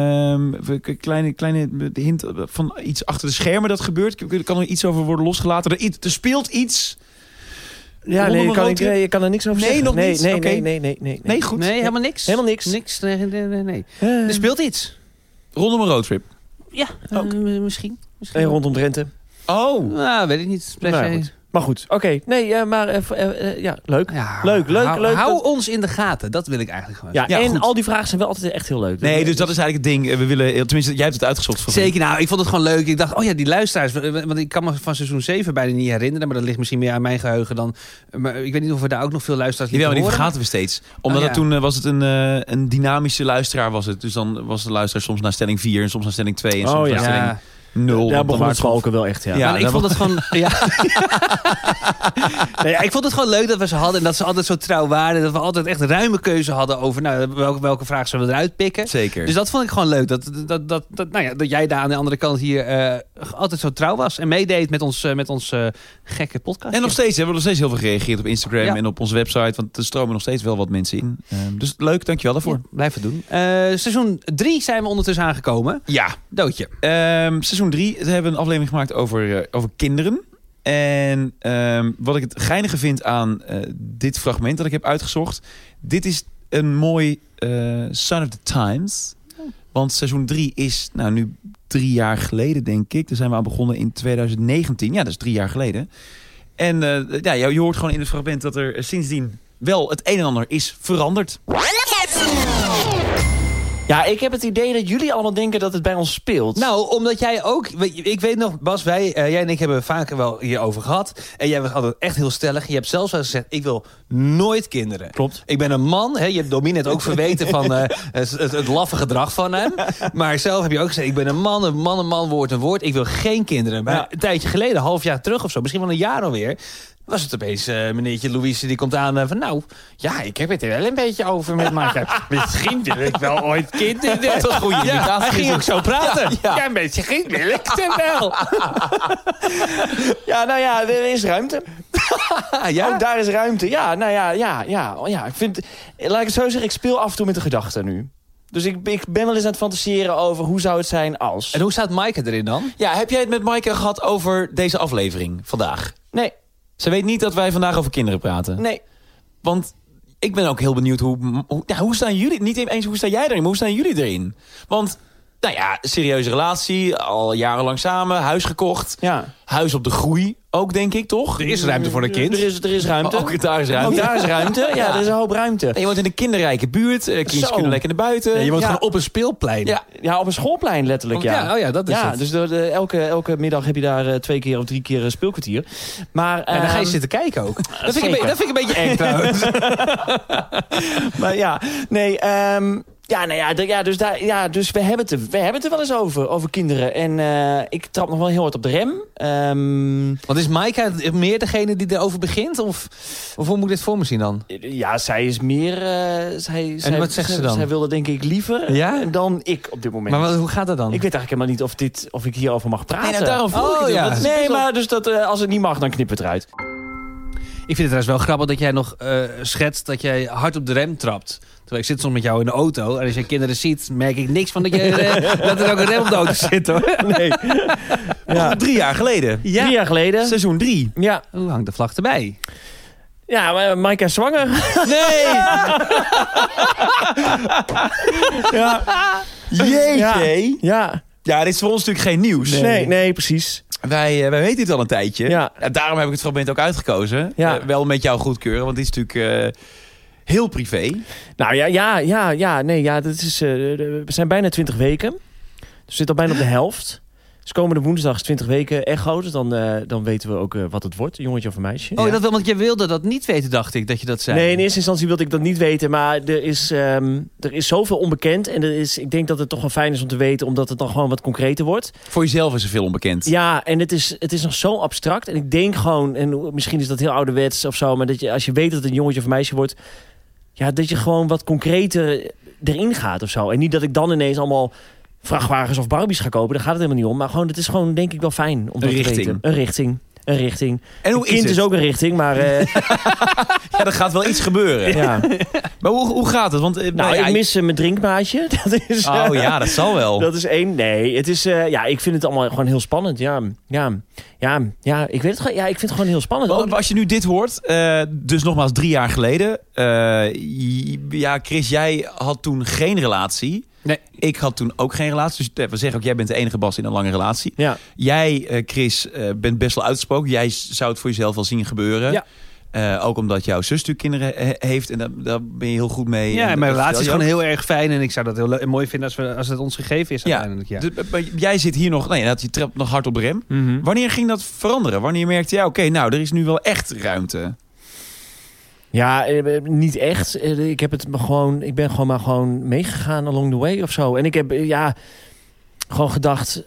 Kleine hint van iets achter de schermen dat gebeurt. Kan er iets over worden losgelaten? Er speelt iets. Ja, nee, je kan er niks over zeggen. Nog niet? Nee, Oké. nee. Goed. Nee, helemaal niks? Helemaal niks. Niks? Nee. Er speelt iets. Rondom een roadtrip. Ja, misschien. En rondom Drenthe. Oh. Nou, weet ik niet. Nou, goed. Maar goed, oké. Nee, maar leuk. Ja, Leuk. Hou ons in de gaten. Dat wil ik eigenlijk gewoon. Ja, en goed. al die vragen zijn wel altijd echt heel leuk. Nee, dus dat is eigenlijk het ding. We willen, tenminste, jij hebt het uitgezocht. Voor Zeker, nou, ik vond het gewoon leuk. Ik dacht, die luisteraars. Want ik kan me van seizoen 7 bijna niet herinneren. Maar dat ligt misschien meer aan mijn geheugen dan... Maar ik weet niet of we daar ook nog veel luisteraars Jawel, maar die horen. vergaten we steeds. Omdat toen was het een dynamische luisteraar. Was het. Dus dan was de luisteraar soms naar stelling 4 en soms naar stelling 2 en soms naar stelling 0. Daar begon het schalken wel echt, ja. Maar ik vond het gewoon... ik vond het gewoon leuk dat we ze hadden. En dat ze altijd zo trouw waren. Dat we altijd echt ruime keuze hadden over... welke vraag zullen we eruit pikken. Zeker. Dus dat vond ik gewoon leuk. Dat jij daar aan de andere kant hier altijd zo trouw was. En meedeed met ons gekke podcast. En nog steeds. We hebben nog steeds heel veel gereageerd op Instagram en op onze website. Want er stromen nog steeds wel wat mensen in. Dus leuk, dankjewel daarvoor. Ja, blijf het doen. Seizoen 3 zijn we ondertussen aangekomen. Ja. Doodje. Seizoen 3 hebben we een aflevering gemaakt over kinderen. En wat ik het geinige vind aan dit fragment dat ik heb uitgezocht. Dit is een mooi sign of the times. Want seizoen 3 is nu 3 jaar geleden, denk ik. Daar zijn we aan begonnen in 2019. Ja, dat is 3 jaar geleden. En je hoort gewoon in het fragment dat er sindsdien wel het een en ander is veranderd. Ja, ik heb het idee dat jullie allemaal denken dat het bij ons speelt. Nou, omdat jij ook... Ik weet nog, Bas, jij en ik hebben vaker wel hierover gehad. En jij was altijd echt heel stellig. Je hebt zelfs wel gezegd, ik wil nooit kinderen. Klopt. Ik ben een man. Je hebt Domien net ook verweten van het laffe gedrag van hem. Maar zelf heb je ook gezegd, ik ben een man, woord een woord. Ik wil geen kinderen. Maar een tijdje geleden, een half jaar terug of zo, misschien wel een jaar alweer... was het opeens meneertje Louise die komt aan van... ik heb het er wel een beetje over met Martha. Misschien wil ik wel ooit kinderen. Dat was een goede imitatie. Hij ging ook zo praten. Ja. Een beetje ging wil ik het wel. Er is ruimte. Ook daar is ruimte. Ja. Ik vind... Laat ik het zo zeggen, ik speel af en toe met de gedachte nu. Dus ik ben wel eens aan het fantaseren over hoe zou het zijn als. En hoe staat Maaike erin dan? Ja, heb jij het met Maaike gehad over deze aflevering vandaag? Nee. Ze weet niet dat wij vandaag over kinderen praten. Nee. Want ik ben ook heel benieuwd hoe staan jullie... Niet eens hoe sta jij erin, maar hoe staan jullie erin? Want, nou ja, serieuze relatie, al jarenlang samen, huis gekocht. Ja. Huis op de groei ook, denk ik, toch? Er is ruimte voor een kind. Er is ruimte. Ook daar is ruimte. Ook daar is ruimte. Ja, er is een hoop ruimte. En je woont in een kinderrijke buurt. Kindjes Zo. kunnen lekker naar buiten. Ja, je woont gewoon op een speelplein. Ja. Ja, op een schoolplein letterlijk, ja. Dat is ja, het. dus elke middag heb je daar 2 keer of 3 keer een speelkwartier. Maar, En dan ga je zitten kijken ook. Dat vind ik een beetje eng trouwens. Maar ja, nee, dus we hebben het er wel eens over kinderen. En ik trap nog wel heel hard op de rem. Want is Maaike meer degene die erover begint? Of hoe moet ik dit voor me zien dan? Ja, zij is meer... wat zegt ze dan? Zij wilde denk ik liever dan ik op dit moment. Maar hoe gaat dat dan? Ik weet eigenlijk helemaal niet of ik hierover mag praten. Nee, nou, daarom vroeg ik het. ja. Dat is Nee, best wel- maar dus als het niet mag, dan knippen we het eruit. Ik vind het trouwens wel grappig dat jij nog schetst dat jij hard op de rem trapt. Terwijl ik zit soms met jou in de auto. En als je kinderen ziet, merk ik niks van dat er ook een rem op de auto zit, hoor. Nee. Ja. 3 jaar geleden. Ja. 3 jaar geleden. Seizoen 3. Ja, Hoe hangt de vlag erbij? ja, maar Maaike is zwanger. Nee! Ja. Jeetje. Ja. Ja, dit is voor ons natuurlijk geen nieuws. Nee, precies. Wij weten dit al een tijdje. Ja. En daarom heb ik het fragment ook uitgekozen. Ja. Wel met jou goedkeuren, want dit is natuurlijk heel privé. Nou dat is, we zijn bijna 20 weken. Dus we zitten al bijna op de helft. Dus komende woensdag is 20 weken echo. Dus dan weten we ook wat het wordt. Een jongetje of een meisje. Oh, dat wel, want je wilde dat niet weten, dacht ik, dat je dat zei. Nee, in eerste instantie wilde ik dat niet weten. Maar er is zoveel onbekend. En ik denk dat het toch wel fijn is om te weten. Omdat het dan gewoon wat concreter wordt. Voor jezelf is er veel onbekend. Ja, en het is nog zo abstract. En ik denk gewoon, en misschien is dat heel ouderwets of zo. Maar dat je, als je weet dat het een jongetje of een meisje wordt. Ja, dat je gewoon wat concreter erin gaat of zo. En niet dat ik dan ineens allemaal vrachtwagens of Barbies ga kopen. Daar gaat het helemaal niet om. Maar gewoon, het is gewoon denk ik wel fijn om dat te weten. Een richting. En hoe een kind is ook een richting, maar... Ja, er gaat wel iets gebeuren. ja. Maar hoe gaat het? Want, Ik mis mijn drinkmaatje. Dat is, Oh ja, dat zal wel. dat is 1. Nee, het is... ik vind het allemaal gewoon heel spannend. Ja, ik weet het gewoon. Ja, ik vind het gewoon heel spannend. Want als je nu dit hoort, dus nogmaals 3 jaar geleden. Chris, jij had toen geen relatie. Nee. Ik had toen ook geen relatie. Dus we zeggen ook, jij bent de enige Bas in een lange relatie. Ja. Jij, Chris, bent best wel uitgesproken. Jij zou het voor jezelf wel zien gebeuren. Ja. Ook omdat jouw zus natuurlijk kinderen heeft. En daar ben je heel goed mee. Ja, en mijn dat relatie is vertel je gewoon heel erg fijn. En ik zou dat heel mooi vinden als het ons gegeven is uiteindelijk. Ja. Dus, maar jij zit hier nog, je trapt nog hard op de rem. Mhm. Wanneer ging dat veranderen? Wanneer merkte jij, oké, nou, er is nu wel echt ruimte? Ja, niet echt. Ik ben gewoon meegegaan along the way of zo. En ik heb gewoon gedacht,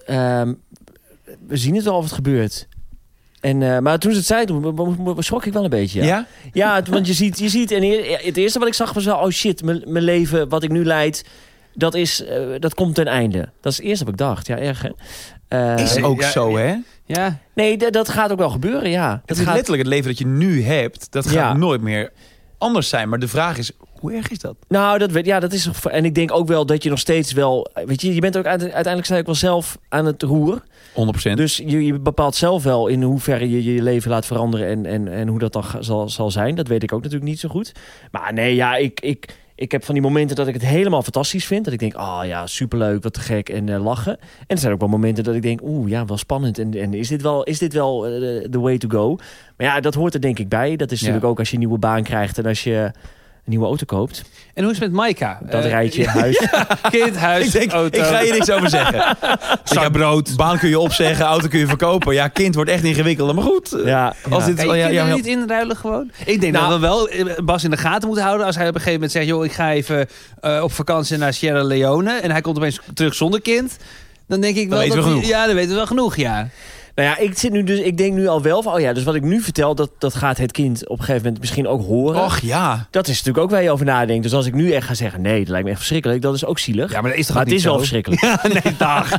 we zien het wel of het gebeurt. En, maar toen ze het zei, toen schrok ik wel een beetje. Ja? Ja, want je ziet en het eerste wat ik zag was wel, oh shit, mijn leven, wat ik nu leid, dat komt ten einde. Dat is het eerste wat ik dacht. Ja, erg hè. Is ook zo, hè? Ja. Nee, dat gaat ook wel gebeuren, ja. Het is letterlijk het leven dat je nu hebt. Dat gaat Ja. nooit meer anders zijn. Maar de vraag is, hoe erg is dat? Nou, dat is... En ik denk ook wel dat je nog steeds wel... Weet je bent ook uiteindelijk sta je ook wel zelf aan het roer. 100%. Dus je bepaalt zelf wel in hoeverre je je leven laat veranderen en hoe dat dan zal zijn. Dat weet ik ook natuurlijk niet zo goed. Maar nee, ja, ik heb van die momenten dat ik het helemaal fantastisch vind. Dat ik denk, oh ja, superleuk, wat te gek en lachen. En er zijn ook wel momenten dat ik denk, wel spannend. En is dit wel the way to go? Maar ja, dat hoort er denk ik bij. Dat is natuurlijk ook als je een nieuwe baan krijgt en als je een nieuwe auto koopt. En hoe is het met Maaika? Dat rijtje, huis. Kind, huis, ik auto. ga je niks over zeggen. Zak brood. Baan kun je opzeggen, auto kun je verkopen. Ja, kind wordt echt ingewikkeld. Maar goed. Ja, Als dit, Kun je niet inruilen gewoon? Ik denk dat we wel Bas in de gaten moeten houden. Als hij op een gegeven moment zegt, joh, ik ga even op vakantie naar Sierra Leone. En hij komt opeens terug zonder kind. Dan denk ik wel, Dan weten we genoeg. Ja, dan weten we wel genoeg, ja. Nou ja, ik denk nu al wel van... dus wat ik nu vertel, dat gaat het kind op een gegeven moment misschien ook horen. Och ja. Dat is natuurlijk ook waar je over nadenkt. Dus als ik nu echt ga zeggen, nee, dat lijkt me echt verschrikkelijk. Dat is ook zielig. Ja, maar dat is toch maar ook het niet is zo? wel verschrikkelijk. Ja, nee, dag.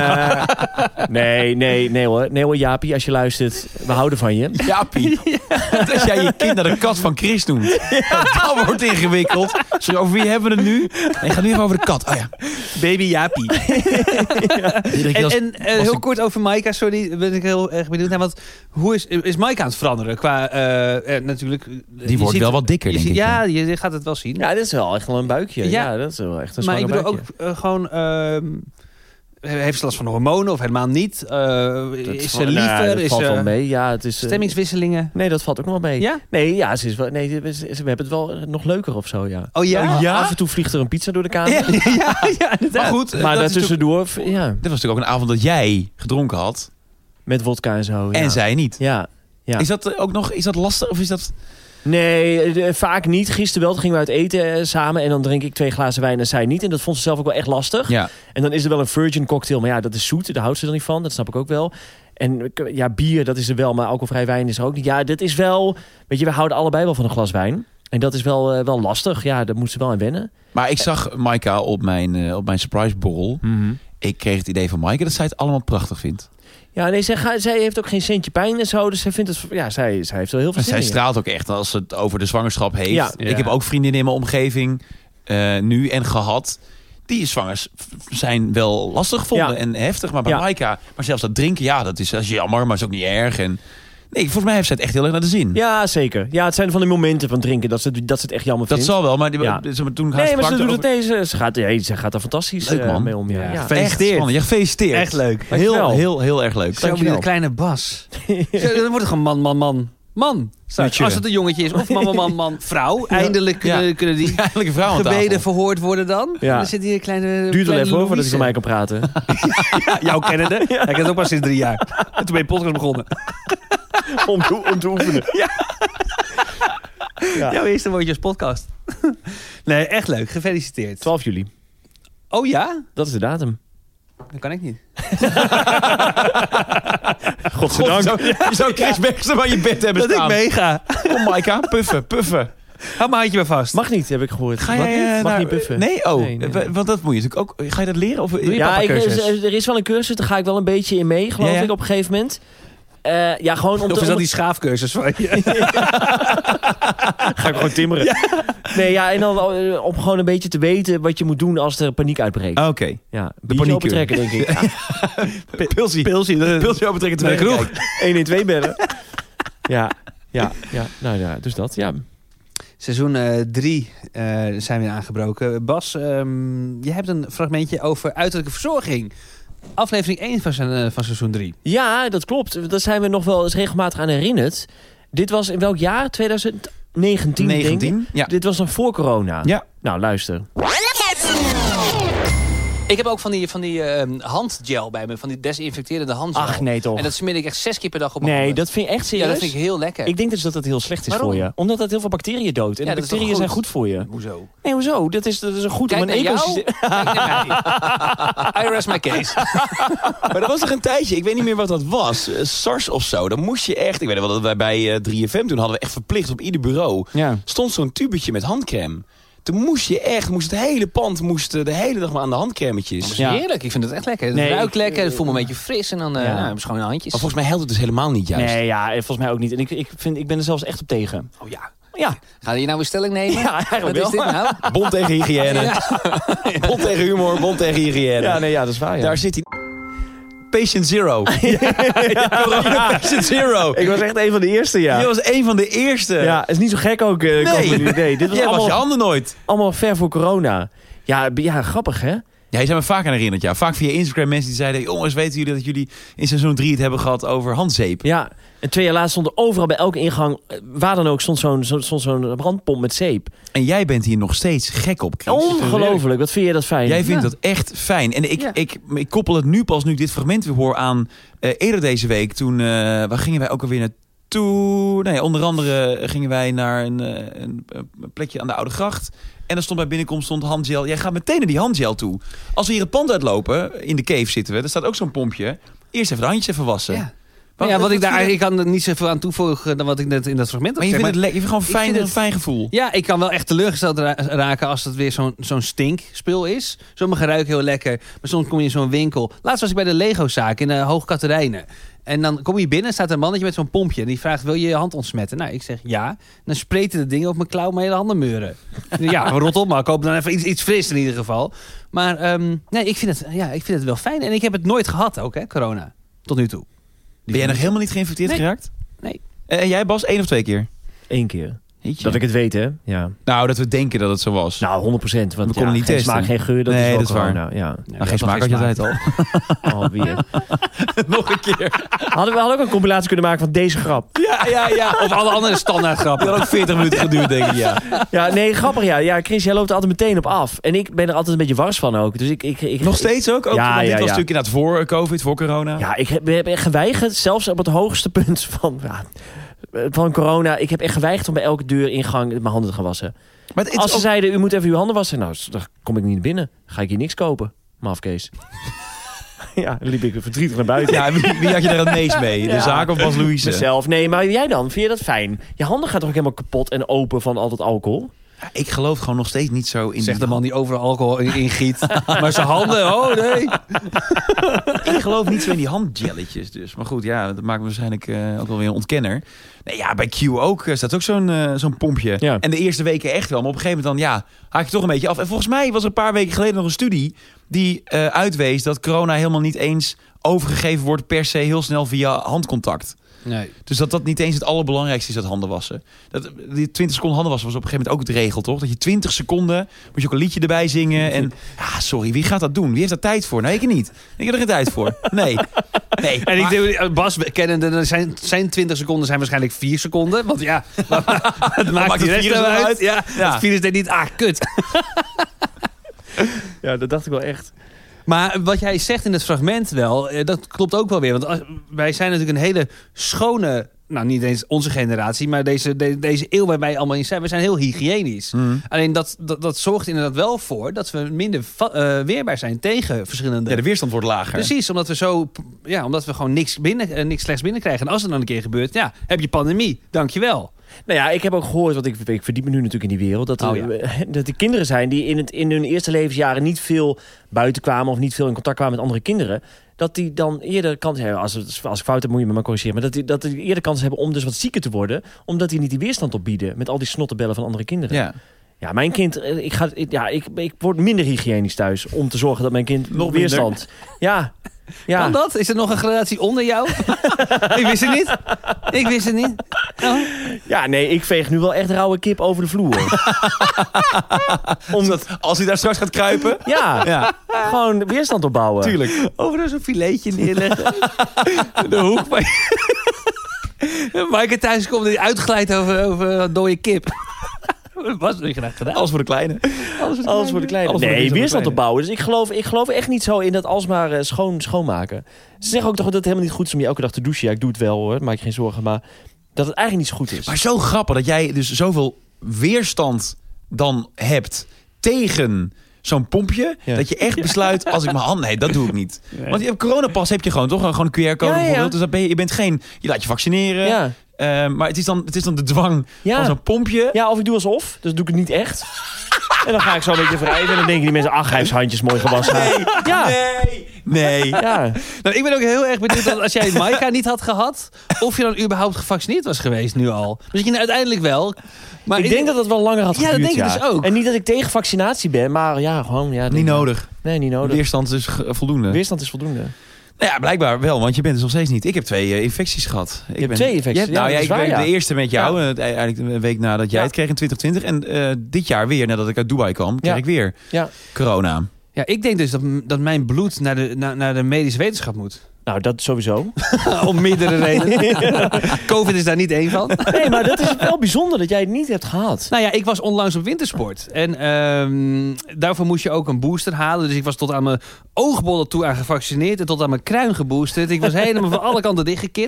Nee hoor. Nee hoor, Jaapie, als je luistert. We houden van je. Jaapie. Als jij je kind naar de kat van Chris noemt. Dat wordt ingewikkeld. Zo, over wie hebben we het nu? Nee, ga nu even over de kat. Oh ja. Baby Jaapie. En heel kort over Maaika, sorry, ben ik heel erg benieuwd naar. Want hoe is Maaika aan het veranderen? Qua, natuurlijk... Die wordt wel wat dikker, denk ik. Ja, je gaat het wel zien. Ja, dit is wel echt wel een buikje. Ja, dat is wel echt een maar ik bedoel buikje. ook gewoon... heeft ze last van hormonen of helemaal niet? Is ze liever? Dat valt wel mee. Ja, het is, stemmingswisselingen? Nee, dat valt ook nog wel mee. Ja? Nee, ja, we hebben het wel nog leuker of zo, ja. Oh ja? Af en toe vliegt er een pizza door de kamer. Ja, inderdaad. Maar goed, Maar daartussendoor, ja. Dit was natuurlijk ook een avond dat jij gedronken had. Met wodka en zo. Ja. En zij niet. Ja. Is dat ook nog, is dat lastig of is dat... Nee, vaak niet. Gisteren wel, toen gingen we uit eten samen. En dan drink ik 2 glazen wijn en zij niet. En dat vond ze zelf ook wel echt lastig. Ja. En dan is er wel een virgin cocktail. Maar ja, dat is zoet. Daar houdt ze dan niet van. Dat snap ik ook wel. En ja, bier, dat is er wel. Maar alcoholvrij wijn is er ook niet. Ja, dit is wel... Weet je, we houden allebei wel van een glas wijn. En dat is wel lastig. Ja, daar moet ze wel aan wennen. Maar ik zag Maaika op mijn surprise borrel. Mm-hmm. Ik kreeg het idee van Maaika dat zij het allemaal prachtig vindt. Ja, nee, zij heeft ook geen centje pijn en zo. Dus zij vindt het... Ja, zij heeft wel heel veel En zin zij in. straalt ook echt als het over de zwangerschap heeft. Ja. Ik heb ook vriendinnen in mijn omgeving nu en gehad. Die zwangers zijn wel lastig gevonden en heftig. Maar bij Maaika, maar zelfs dat drinken, ja, dat is jammer, maar is ook niet erg. En nee, volgens mij heeft zij het echt heel erg naar de zin. Ja, zeker. Ja, het zijn van de momenten van drinken dat ze het echt jammer vindt. Dat zal wel, maar toen nee, maar ze doet het nee, ze gaat er fantastisch mee om. Ja. Gefeliciteerd. Echt gefeliciteerd. Echt leuk. Heel erg leuk. Zo weer een kleine Bas. Dan wordt het gewoon man. Straks, als het een jongetje is. Of man, vrouw. Eindelijk kunnen die gebeden verhoord worden dan. Ja. En dan zit hier een kleine... Duurt wel even hoor, voordat hij van mij kan praten. Jouw kennende. Ja. Ik ken het ook pas sinds 3 jaar. En toen ben je podcast begonnen. om te oefenen. Ja. Jouw eerste woordje als podcast. Nee, echt leuk. Gefeliciteerd. 12 juli. Oh ja? Dat is de datum. Dat kan ik niet. Godzijdank. Je zou Chris Baxter bij je bed hebben dat staan. Dat ik meega. Kom Maaika, puffen. Hou mijn handje maar vast. Mag niet, heb ik gehoord. Ga jij mag niet puffen. Nee? Oh, nee. Want dat moet je natuurlijk ook... Ga je dat leren? Of ja, er is wel een cursus. Daar ga ik wel een beetje in mee, geloof ik, op een gegeven moment. Gewoon om of is dat die schaafcursus van je? Ga ik gewoon timmeren. Ja. Nee, ja, en dan om gewoon een beetje te weten wat je moet doen als er paniek uitbreekt. Oké. Ja, de paniek opentrekken, denk ik. Pilsie opentrekken te kroeg. 112 bellen. Ja. Nou ja, dus dat, ja. Seizoen 3 zijn we aangebroken. Bas, je hebt een fragmentje over uiterlijke verzorging. Aflevering 1 van seizoen 3. Ja, dat klopt. Daar zijn we nog wel eens regelmatig aan herinnerd. Dit was in welk jaar? 2019, denk ik. Ja. Dit was nog voor corona. Ja. Nou, luister. Ik heb ook van die handgel bij me. Van die desinfecterende handgel. Ach, nee toch. En dat smeer ik echt 6 keer per dag op mijn handen. Nee, dat vind je echt serieus? Ja, dat vind ik heel lekker. Ik denk dus dat het heel slecht is voor je. Omdat dat heel veel bacteriën doodt. En de bacteriën zijn goed voor je. Hoezo? Nee, hoezo? Dat is een goed om een ecosysteem... I rest my case. Maar dat was toch een tijdje, ik weet niet meer wat dat was. SARS of zo. Dan moest je echt... Ik weet wel dat wij bij 3FM toen hadden we echt verplicht op ieder bureau. Ja. Stond zo'n tubetje met handcrème. Toen moest het hele pand de hele dag maar aan de handcremetjes. Dat is heerlijk, ik vind het echt lekker. Het ruikt lekker, het voelt me een beetje fris en dan schone handjes. Maar volgens mij helpt het dus helemaal niet juist. Nee, ja, volgens mij ook niet. En ik ben er zelfs echt op tegen. Oh ja. Ja. Ga je nou weer stelling nemen? Ja, eigenlijk wat is dit nou? Bond tegen hygiëne. Bond tegen humor, bond tegen hygiëne. Ja, nee, dat is waar. Ja. Daar zit hij. Patient Zero. Patient Zero. Ik was echt een van de eerste, ja. Je was een van de eerste. Ja, het is niet zo gek ook. Nee, dit was jij was je handen nooit. Allemaal ver voor corona. Ja, grappig, hè? Ja, je zijn me vaak aan herinnerd. Ja. Vaak via Instagram mensen die zeiden... jongens, weten jullie dat jullie in seizoen 3 het hebben gehad over handzeep? Ja, en 2 jaar later stond er overal bij elke ingang... waar dan ook stond zo'n brandpomp met zeep. En jij bent hier nog steeds gek op, Chris. Ongelooflijk, wat vind je dat fijn? Jij vindt dat echt fijn. En ik koppel het nu pas, nu ik dit fragment weer hoor aan... eerder deze week, toen... waar gingen wij ook alweer naartoe? Nee, onder andere gingen wij naar een plekje aan de Oude Gracht... En er stond bij binnenkomst handgel. Jij gaat meteen naar die handgel toe. Als we hier het pand uitlopen, in de cave zitten we, er staat ook zo'n pompje. Eerst even de handjes even wassen. Ja. Ik kan er niet zoveel aan toevoegen dan wat ik net in dat fragment heb Maar gezegd. je vindt het gewoon een fijn gevoel. Ja, ik kan wel echt teleurgesteld raken als het weer zo'n stinkspul is. Sommige ruiken heel lekker, maar soms kom je in zo'n winkel. Laatst was ik bij de Lego-zaak in Hoog Katerijnen. En dan kom je binnen, staat een mannetje met zo'n pompje. En die vraagt, wil je je hand ontsmetten? Nou, ik zeg ja. En dan spreekt hij de dingen op mijn klauw, mijn hele handen meuren. Ja, rot op maar. Ik hoop dan even iets fris in ieder geval. Maar ik vind het wel fijn. En ik heb het nooit gehad ook, hè, corona. Tot nu toe. Ben jij nog helemaal niet geïnfecteerd geraakt? Nee. En jij, Bas, 1 of 2 keer? 1 keer. Jeetje. Dat ik het weet, hè? Ja. Nou, dat we denken dat het zo was. Nou, 100%. Want we konden niet geen testen. smaak, geen geur, dat Nee, is dat is waar. Nou, ja. Geen smaak had je altijd al. Alweer. Nog een keer. We hadden ook een compilatie kunnen maken van deze grap. Ja. Of alle andere standaard grappen. Dat had ook 40 minuten geduurd, denk ik. Ja, nee, grappig. Ja, Chris, jij loopt er altijd meteen op af. En ik ben er altijd een beetje wars van ook. Dus ik Nog steeds ook? Want dit was ja. natuurlijk inderdaad voor COVID, voor corona. Ja, ik heb echt geweigerd, zelfs op het hoogste punt van corona. Ik heb echt geweigerd om bij elke deuringang mijn handen te gaan wassen. Maar Als ze zeiden, u moet even uw handen wassen. Nou, dan kom ik niet naar binnen. Ga ik hier niks kopen. Mafkees. Ja, dan liep ik verdrietig naar buiten. Ja, wie had je daar het meest mee? De zaak of Bas Louise? Mezelf. Nee, maar jij dan? Vind je dat fijn? Je handen gaan toch ook helemaal kapot en open van al dat alcohol? Ja, ik geloof gewoon nog steeds niet zo in... Zegt de man die overal alcohol in giet. Maar zijn handen, oh nee. Ik geloof niet zo in die handjelletjes dus. Maar goed, ja, dat maakt me waarschijnlijk ook wel weer een ontkenner. Nee, ja, bij Q ook staat ook zo'n pompje. Ja. En de eerste weken echt wel. Maar op een gegeven moment dan, haak je toch een beetje af. En volgens mij was er een paar weken geleden nog een studie die uitwees dat corona helemaal niet eens overgegeven wordt per se heel snel via handcontact. Nee. Dus dat niet eens het allerbelangrijkste is, dat handen wassen. Die 20 seconden handen wassen was op een gegeven moment ook het regel, toch? Dat je 20 seconden, moet je ook een liedje erbij zingen. En sorry, wie gaat dat doen? Wie heeft daar tijd voor? Nee, ik niet. Ik heb er geen tijd voor. Nee. En ik denk, Bas kennende, zijn 20 seconden zijn waarschijnlijk 4 seconden. Want ja, het maakt die rest uit. Ja. Het virus deed niet, kut. Ja, dat dacht ik wel echt. Maar wat jij zegt in het fragment wel, dat klopt ook wel weer. Want wij zijn natuurlijk een hele schone... Nou, niet eens onze generatie, maar deze eeuw waar wij allemaal in zijn. We zijn heel hygiënisch. Alleen dat zorgt inderdaad wel voor dat we minder weerbaar zijn tegen verschillende... Ja, de weerstand wordt lager. Precies, omdat we gewoon niks slechts binnenkrijgen. En als het dan een keer gebeurt, heb je pandemie. Dankjewel. Nou ja, ik heb ook gehoord, want ik verdiep me nu natuurlijk in die wereld... dat er kinderen zijn die in hun eerste levensjaren niet veel buiten kwamen... of niet veel in contact kwamen met andere kinderen... dat die dan eerder kans hebben... Als ik fout heb, moet je me maar corrigeren... maar dat die eerder kans hebben om dus wat zieker te worden... omdat die niet die weerstand opbieden... met al die snottenbellen van andere kinderen. Ja. Ja, mijn kind... Ik word minder hygiënisch thuis... om te zorgen dat mijn kind nog weerstand... Ja. Kan dat? Is er nog een gradatie onder jou? Ik wist het niet. Oh. Ja, nee, ik veeg nu wel echt rauwe kip over de vloer. Als hij daar straks gaat kruipen? Ja. Gewoon weerstand opbouwen. Tuurlijk. Over zo'n filetje neerleggen. De hoek. Maaike thuis komt die uitglijdt over een dode kip. Dat was niet graag gedaan. Alles voor de kleine. Alles voor de kleine. Nee, weerstand opbouwen. Dus ik geloof echt niet zo in dat alsmaar schoonmaken. Ze zeggen ook toch dat het helemaal niet goed is om je elke dag te douchen. Ja, ik doe het wel hoor, maak je geen zorgen. Maar dat het eigenlijk niet zo goed is. Maar zo grappig dat jij dus zoveel weerstand dan hebt tegen zo'n pompje, dat je echt besluit, als ik mijn hand... Nee, dat doe ik niet. Nee. Want je hebt coronapas heb je gewoon, toch? Gewoon een QR-code bijvoorbeeld. Dus dan je bent geen... Je laat je vaccineren. Ja. Maar het is dan de dwang van zo'n pompje. Ja, of ik doe alsof. Dus doe ik het niet echt. En dan ga ik zo een beetje wrijven. En dan denken die mensen, hij heeft zijn handjes mooi gewassen. Nee. Ja. Nou, ik ben ook heel erg benieuwd dat als jij Maaike niet had gehad... of je dan überhaupt gevaccineerd was geweest nu al. Misschien uiteindelijk wel. Maar ik denk dat dat wel langer had geduurd. Ja, dat denk ik dus ook. En niet dat ik tegen vaccinatie ben, maar gewoon... Ja, niet nodig. Nee, niet nodig. Weerstand is voldoende. Weerstand is voldoende. Nou ja, blijkbaar wel, want je bent het nog steeds niet. Ik heb 2 infecties gehad. Je hebt 2 infecties? Ik ben de eerste met jou, eigenlijk een week nadat jij het kreeg in 2020. En dit jaar weer, nadat ik uit Dubai kwam, kreeg ik weer corona. Ja, ik denk dus dat mijn bloed naar de medische wetenschap moet. Nou, dat sowieso. Om meerdere redenen. COVID is daar niet één van. Nee, maar dat is wel bijzonder dat jij het niet hebt gehad. Nou ja, ik was onlangs op wintersport. En daarvoor moest je ook een booster halen. Dus ik was tot aan mijn oogbollen toe aan gevaccineerd. En tot aan mijn kruin geboosterd. Ik was helemaal van alle kanten dichtgekit.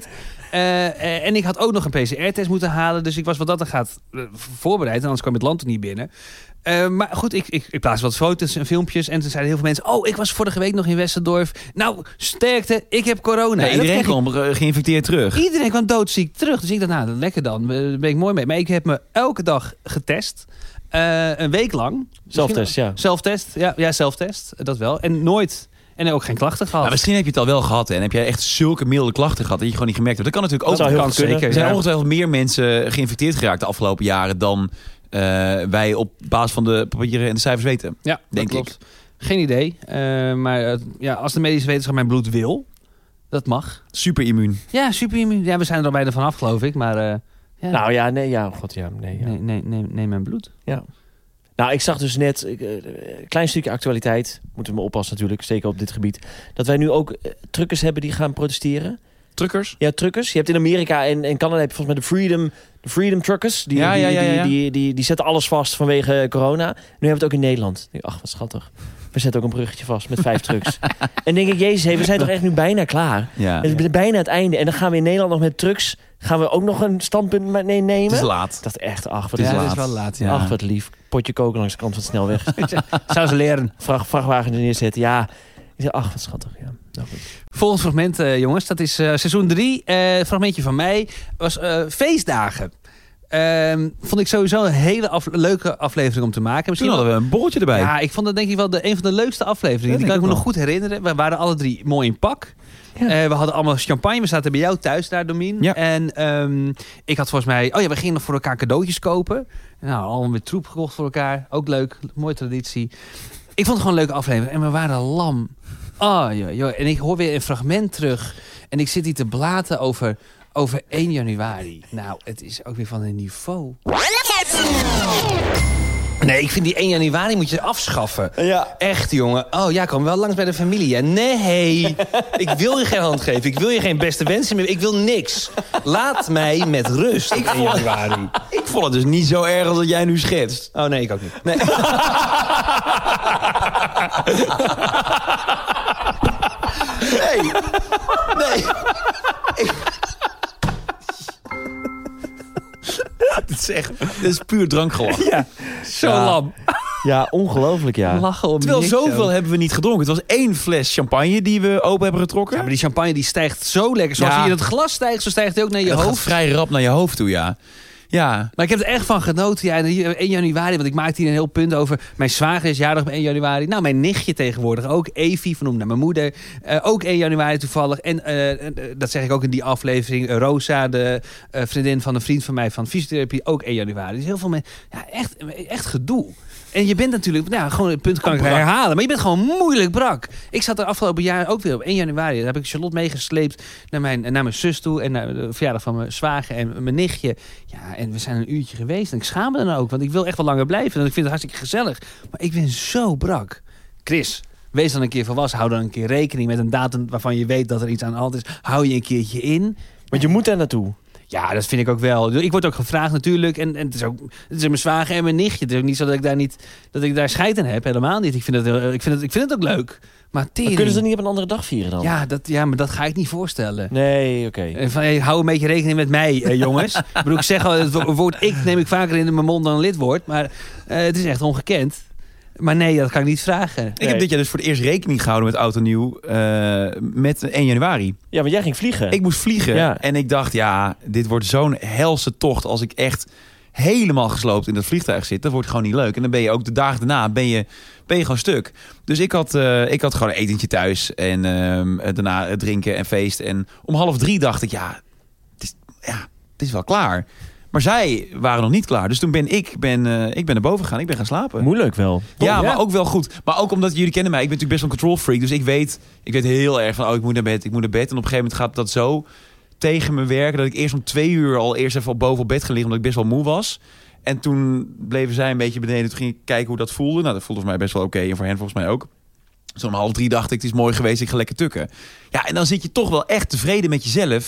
En ik had ook nog een PCR-test moeten halen. Dus ik was wat dat er gaat voorbereid. En anders kwam het land er niet binnen. Maar goed, ik plaatste wat foto's en filmpjes. En toen zeiden heel veel mensen... ik was vorige week nog in Westendorf. Nou, sterkte, ik heb corona. Ja, iedereen kwam geïnfecteerd terug. Iedereen kwam doodziek terug. Dus ik dacht, nou, lekker dan. Daar ben ik mooi mee. Maar ik heb me elke dag getest. Een week lang. Zelftest, ja. Zelftest, ja, zelftest. Dat wel. En nooit... En ook geen klachten gehad. Nou, misschien heb je het al wel gehad. En heb jij echt zulke milde klachten gehad dat je gewoon niet gemerkt hebt. Dat kan natuurlijk ook. Dat zou heel zeker. Er zijn ongetwijfeld meer mensen geïnfecteerd geraakt de afgelopen jaren dan wij op basis van de papieren en de cijfers weten. Ja, denk klopt. ik. Geen idee. Maar als de medische wetenschap mijn bloed wil, dat mag. Super immuun. Ja, super immuun. Ja, we zijn er al bijna vanaf, geloof ik. Maar ja. Nou ja, nee, ja, god ja. Nee, ja. Nee, mijn bloed. Ja. Nou, ik zag dus net, klein stukje actualiteit, moeten we me oppassen natuurlijk, zeker op dit gebied, dat wij nu ook truckers hebben die gaan protesteren. Truckers? Ja, truckers. Je hebt in Amerika en Canada heb je volgens mij de Freedom Truckers. Die zetten alles vast vanwege corona. Nu hebben we het ook in Nederland. Ach, wat schattig. We zetten ook een bruggetje vast met 5 trucks. En denk ik, jezus, we zijn toch echt nu bijna klaar. Ja. Het is bijna het einde. En dan gaan we in Nederland nog met trucks, gaan we ook nog een standpunt nemen. Het is laat. Dat is echt, ach, wat Het is is laat. Dat is wel laat, ja. Ach, wat lief. Potje koken langs de kant van de snelweg. Zou ze leren. Vrachtwagen er neerzetten. Ja. Ik zeg, ach, wat schattig. Ja. Nou, goed. Volgend fragment, jongens. Dat is seizoen 3. Fragmentje van mij. Was feestdagen. Vond ik sowieso een hele leuke aflevering om te maken. Misschien hadden we een borreltje erbij. Ja, ik vond dat denk ik wel een van de leukste afleveringen. Ja, Die kan ik me ook nog goed herinneren. We waren alle 3 mooi in pak. Ja. We hadden allemaal champagne. We zaten bij jou thuis daar, Domien. Ja. En ik had volgens mij... we gingen nog voor elkaar cadeautjes kopen. Nou, allemaal weer troep gekocht voor elkaar. Ook leuk. Mooie traditie. Ik vond het gewoon een leuke aflevering. En we waren lam. Oh, joh. En ik hoor weer een fragment terug. En ik zit hier te blaten over 1 januari. Nou, het is ook weer van een niveau. Nee, ik vind die 1 januari moet je afschaffen. Ja. Echt, jongen. Oh ja, kom wel langs bij de familie. Hè? Nee, ik wil je geen hand geven. Ik wil je geen beste wensen meer. Ik wil niks. Laat mij met rust op 1 januari. Ik vond het dus niet zo erg als dat jij nu schetst. Oh nee, ik ook niet. Nee. Nee. Dit is puur drankgelach. Ja, zo lam. Ja, ongelooflijk, ja. Lachen om Terwijl niks, zoveel joh. hebben we niet gedronken. Het was 1 fles champagne die we open hebben getrokken. Ja, maar die champagne die stijgt zo lekker. Zoals Ja. hij in het glas stijgt, zo stijgt hij ook naar je Dat gaat hoofd. vrij rap naar je hoofd toe, ja. Ja. Maar ik heb er echt van genoten. Ja, 1 januari, want ik maakte hier een heel punt over. Mijn zwager is jarig op 1 januari. Nou, mijn nichtje tegenwoordig ook. Evie, vernoemd naar mijn moeder. Ook 1 januari toevallig. En dat zeg ik ook in die aflevering. Rosa, de vriendin van een vriend van mij van fysiotherapie. Ook 1 januari. Dus heel veel mensen. Ja, echt gedoe. En je bent natuurlijk, gewoon het punt kan ik herhalen. Maar je bent gewoon moeilijk brak. Ik zat er afgelopen jaar ook weer op 1 januari. Daar heb ik Charlotte meegesleept naar mijn zus toe. En naar de verjaardag van mijn zwager en mijn nichtje. Ja, en we zijn een uurtje geweest. En ik schaam me dan ook. Want ik wil echt wel langer blijven. En ik vind het hartstikke gezellig. Maar ik ben zo brak. Chris, wees dan een keer volwassen. Hou dan een keer rekening met een datum waarvan je weet dat er iets aan de hand is. Hou je een keertje in. Want je moet daar naartoe. Ja, dat vind ik ook wel. Ik word ook gevraagd natuurlijk. En het is mijn zwager en mijn nichtje. Het is ook niet zo dat ik daar scheid aan heb. Helemaal niet. Ik vind het ook leuk. Maar Maar kunnen ze dat niet op een andere dag vieren dan? Ja, maar dat ga ik niet voorstellen. Nee, oké. En van, hou een beetje rekening met mij, jongens. Ik bedoel, ik zeg al, het woord ik neem ik vaker in mijn mond dan een lidwoord. Maar het is echt ongekend. Maar nee, dat kan ik niet vragen. Ik heb dit jaar dus voor het eerst rekening gehouden met oud en nieuw met 1 januari. Ja, want jij ging vliegen. Ik moest vliegen Ja. en ik dacht, dit wordt zo'n helse tocht als ik echt helemaal gesloopt in dat vliegtuig zit. Dat wordt gewoon niet leuk. En dan ben je ook de dagen daarna ben je gewoon stuk. Dus ik had gewoon een etentje thuis en daarna drinken en feest. En om 2:30 dacht ik, het is wel klaar. Maar zij waren nog niet klaar. Dus toen ben ik naar boven gegaan. Ik ben gaan slapen. Moeilijk wel. Ja, maar ook wel goed. Maar ook omdat jullie kennen mij. Ik ben natuurlijk best wel een control freak. Dus ik weet heel erg van, ik moet naar bed. En op een gegeven moment gaat dat zo tegen me werken. Dat ik eerst om 2 uur al eerst even boven op bed ging liggen. Omdat ik best wel moe was. En toen bleven zij een beetje beneden. Toen ging ik kijken hoe dat voelde. Nou, dat voelde voor mij best wel oké. En voor hen volgens mij ook. Dus om 2:30 dacht ik, het is mooi geweest. Ik ga lekker tukken. Ja, en dan zit je toch wel echt tevreden met jezelf.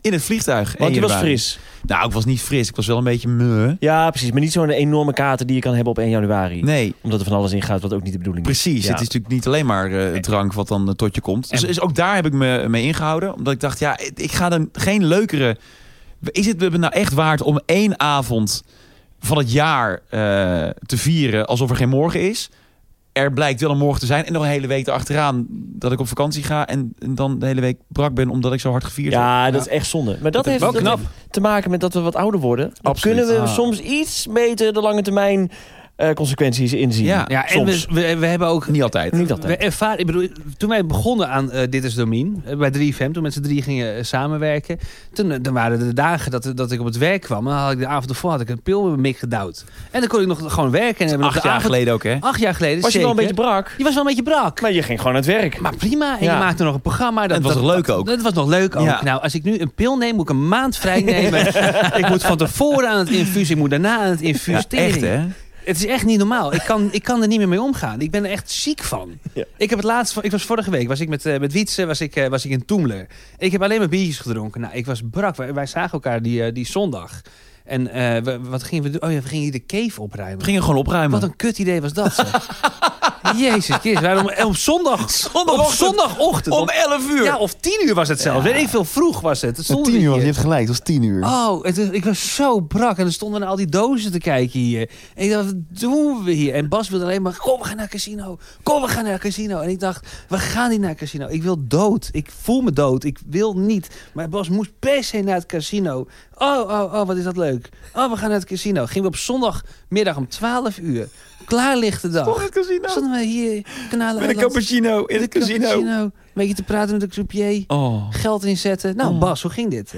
In het vliegtuig. Want je was januari. fris. Nou, ik was niet fris. Ik was wel een beetje meu. Ja, precies. Maar niet zo'n enorme kater die je kan hebben op 1 januari. Nee. Omdat er van alles in gaat wat ook niet de bedoeling is. Precies, Ja. het is natuurlijk niet alleen maar drank wat dan tot je komt. Dus ook daar heb ik me mee ingehouden. Omdat ik dacht, ja, ik ga dan geen leukere... Is het me nou echt waard om 1 avond van het jaar te vieren alsof er geen morgen is? Er blijkt wel een morgen te zijn en nog een hele week erachteraan dat ik op vakantie ga en dan de hele week brak ben omdat ik zo hard gevierd heb. Ja, dat is echt zonde. Maar dat heeft wel knap. te maken met dat we wat ouder worden. Dan Absoluut. kunnen we soms iets beter de lange termijn consequenties inzien. Ja. Ja, en Soms. we hebben ook... Niet altijd. Niet altijd. We ervaren, ik bedoel, toen wij begonnen aan Dit is Domien, bij 3FM, toen met z'n 3 gingen samenwerken, dan waren er de dagen dat ik op het werk kwam, en dan had ik de avond ervoor had ik een pil met mijn mik gedouwd. En dan kon ik nog gewoon werken. En hebben 8 jaar geleden ook, hè? 8 jaar geleden, Was je wel een zeker. beetje brak? Je was wel een beetje brak. Maar je ging gewoon aan het werk. Maar prima, en Ja. je maakte nog een programma. Het was nog leuk ook. Dat was nog leuk ook. Ja. Nou, als ik nu een pil neem, moet ik een maand vrij nemen. Ik moet van tevoren aan het infuus, ik moet daarna aan het infuus. Ja, echt, hè? Het is echt niet normaal. Ik kan er niet meer mee omgaan. Ik ben er echt ziek van. Ja. Ik was vorige week was ik met Wietse was ik in Toemler. Ik heb alleen maar biertjes gedronken. Nou, ik was brak. Wij zagen elkaar die zondag. En wat gingen we doen? Oh ja, we gingen hier de cave opruimen. We gingen gewoon opruimen. Wat een kut idee was dat, zeg. Jezus Christus. We waren op zondagochtend. Om 11 uur. Ja, of 10 uur was het zelfs. Weet ik veel, vroeg was het. Het stond 10 uur, hier. je hebt gelijk, dat was 10 uur. Oh, ik was zo brak. En dan stonden we naar al die dozen te kijken hier. En ik dacht, wat doen we hier? En Bas wilde alleen maar, kom, we gaan naar het casino. Kom, we gaan naar het casino. En ik dacht, we gaan niet naar het casino. Ik wil dood. Ik voel me dood. Ik wil niet. Maar Bas moest per se naar het casino. Oh, wat is dat leuk. Oh, we gaan naar het casino. Gingen we op zondagmiddag om 12 uur. Klaarlichte dag. Voor het casino. Stonden we hier, Kanalen Met een cappuccino in het casino. Een beetje te praten met de croupier. Oh. Geld inzetten. Nou, Bas, hoe ging dit?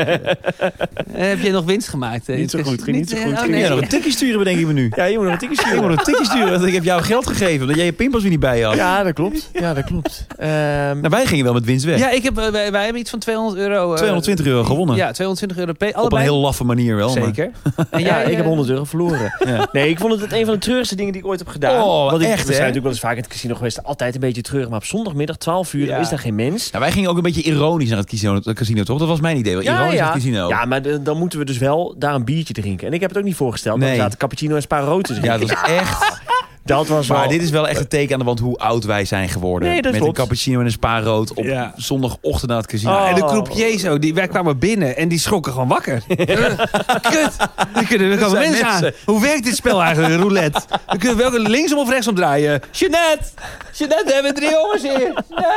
Heb je nog winst gemaakt? Niet zo goed, ging niet zo goed. Oh, Kun nee. jij nog een tikje sturen, bedenk ik me nu. Ja, je moet nog een tikje Ik sturen. moet een tikje sturen, want ik heb jou geld gegeven. Omdat jij je pinpas weer niet bij je had. Ja, dat klopt. Nou, wij gingen wel met winst weg. Ja, wij hebben iets van €200. 220 euro gewonnen. Ja, €220 per. Op een Allebei. heel laffe manier wel. maar- Zeker. En Ja, jij, ik heb €100 verloren. Ja. Nee, ik vond het een van de treurigste dingen die ik ooit heb gedaan. Oh, Want echt, we hè? zijn natuurlijk wel eens vaak in het casino geweest. Altijd een beetje treurig. Maar op zondagmiddag, 12 uur, Ja. is daar geen mens. Nou, wij gingen ook een beetje ironisch naar het casino, toch? Dat was mijn idee. Wel. Ironisch naar het casino. Ja, maar dan moeten we dus wel daar een biertje drinken. En ik heb het ook niet voorgesteld. Nee. Dan zaten cappuccino en Spa rood te Ja, drinken. dat was echt... Dat was wel... Maar dit is wel echt een teken aan de wand hoe oud wij zijn geworden. Nee, dat met klopt. een cappuccino en een spa rood op Ja. zondagochtend naar het casino. Oh. En de croupier zo, wij kwamen binnen en die schrokken gewoon wakker. Kut, we komen zijn mensen aan. mensen. Hoe werkt dit spel eigenlijk, roulette? We kunnen welke linksom of rechtsom draaien. Jeanette, we hebben 3 jongens hier.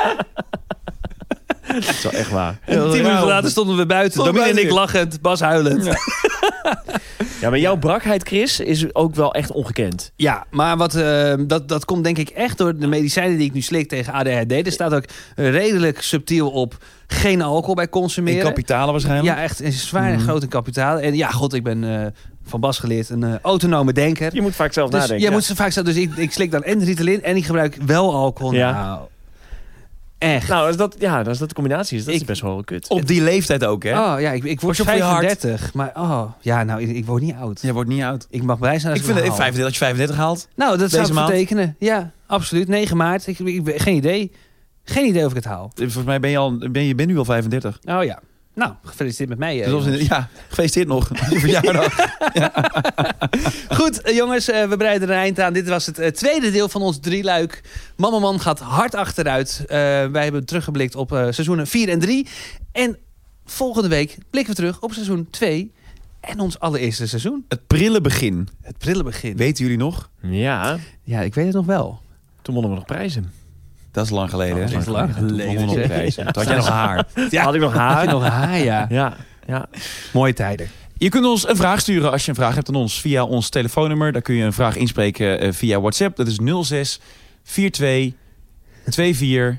Dat is wel echt waar. En 10 minuten later stonden we buiten. Stonden Domien en ik buiten. lachend, Bas huilend. Ja, maar jouw brakheid, Chris, is ook wel echt ongekend. Ja, maar dat komt denk ik echt door de medicijnen die ik nu slik tegen ADHD. Er staat ook redelijk subtiel op geen alcohol bij In consumeren. kapitalen waarschijnlijk. Ja, echt zwaar en groot in kapitaal. En ja, god, ik ben van Bas geleerd een autonome denker. Je moet vaak zelf Dus nadenken. jij ja. moet zo vaak zeggen, dus ik slik dan en Ritalin en ik gebruik wel alcohol. Ja. Nou, echt. Nou, als dat de combinatie is, dat is best wel kut. Op die leeftijd ook, hè? Oh ja, ik word je op je hart? 35. Maar ja, nou, ik word niet oud. Je wordt niet oud. Ik mag blij zijn als Ik vind het het 35, als je 35 haalt. Nou, dat zou deze ik maand. betekenen. Ja, absoluut. 9 maart. Geen idee. Geen idee of ik het haal. Volgens mij je bent nu al 35. Oh ja. Nou, gefeliciteerd met mij. Dus jongens. ja, gefeliciteerd nog. Je verjaardag. Goed, jongens, we breiden er een eind aan. Dit was het tweede deel van ons drieluik. Man gaat hard achteruit. Wij hebben teruggeblikt op seizoenen 4 en 3. En volgende week blikken we terug op seizoen 2. En ons allereerste seizoen. Het prille begin. Het prille begin. Weten jullie nog? Ja, Ja, ik weet het nog wel. toen wonnen we nog prijzen. Dat is lang geleden. Dat is lang geleden, Toen zeg. prijzen. Toen had jij nog haar. Ja, Had ik nog had haar? je nog haar, ja. Ja. Mooie tijden. Je kunt ons een vraag sturen als je een vraag hebt aan ons via ons telefoonnummer. Daar kun je een vraag inspreken via WhatsApp. Dat is 06 42 24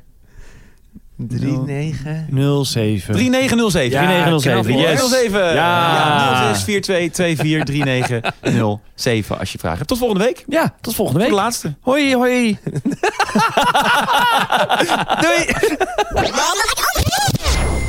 39. 07. 3907. Ja, 3907. knap, hoor. Yes. 07. Ja. 06 42 24 3907 als je vraag hebt. Tot volgende week. Ja, tot volgende Voor week. de laatste. Hoi, hoi. Doei!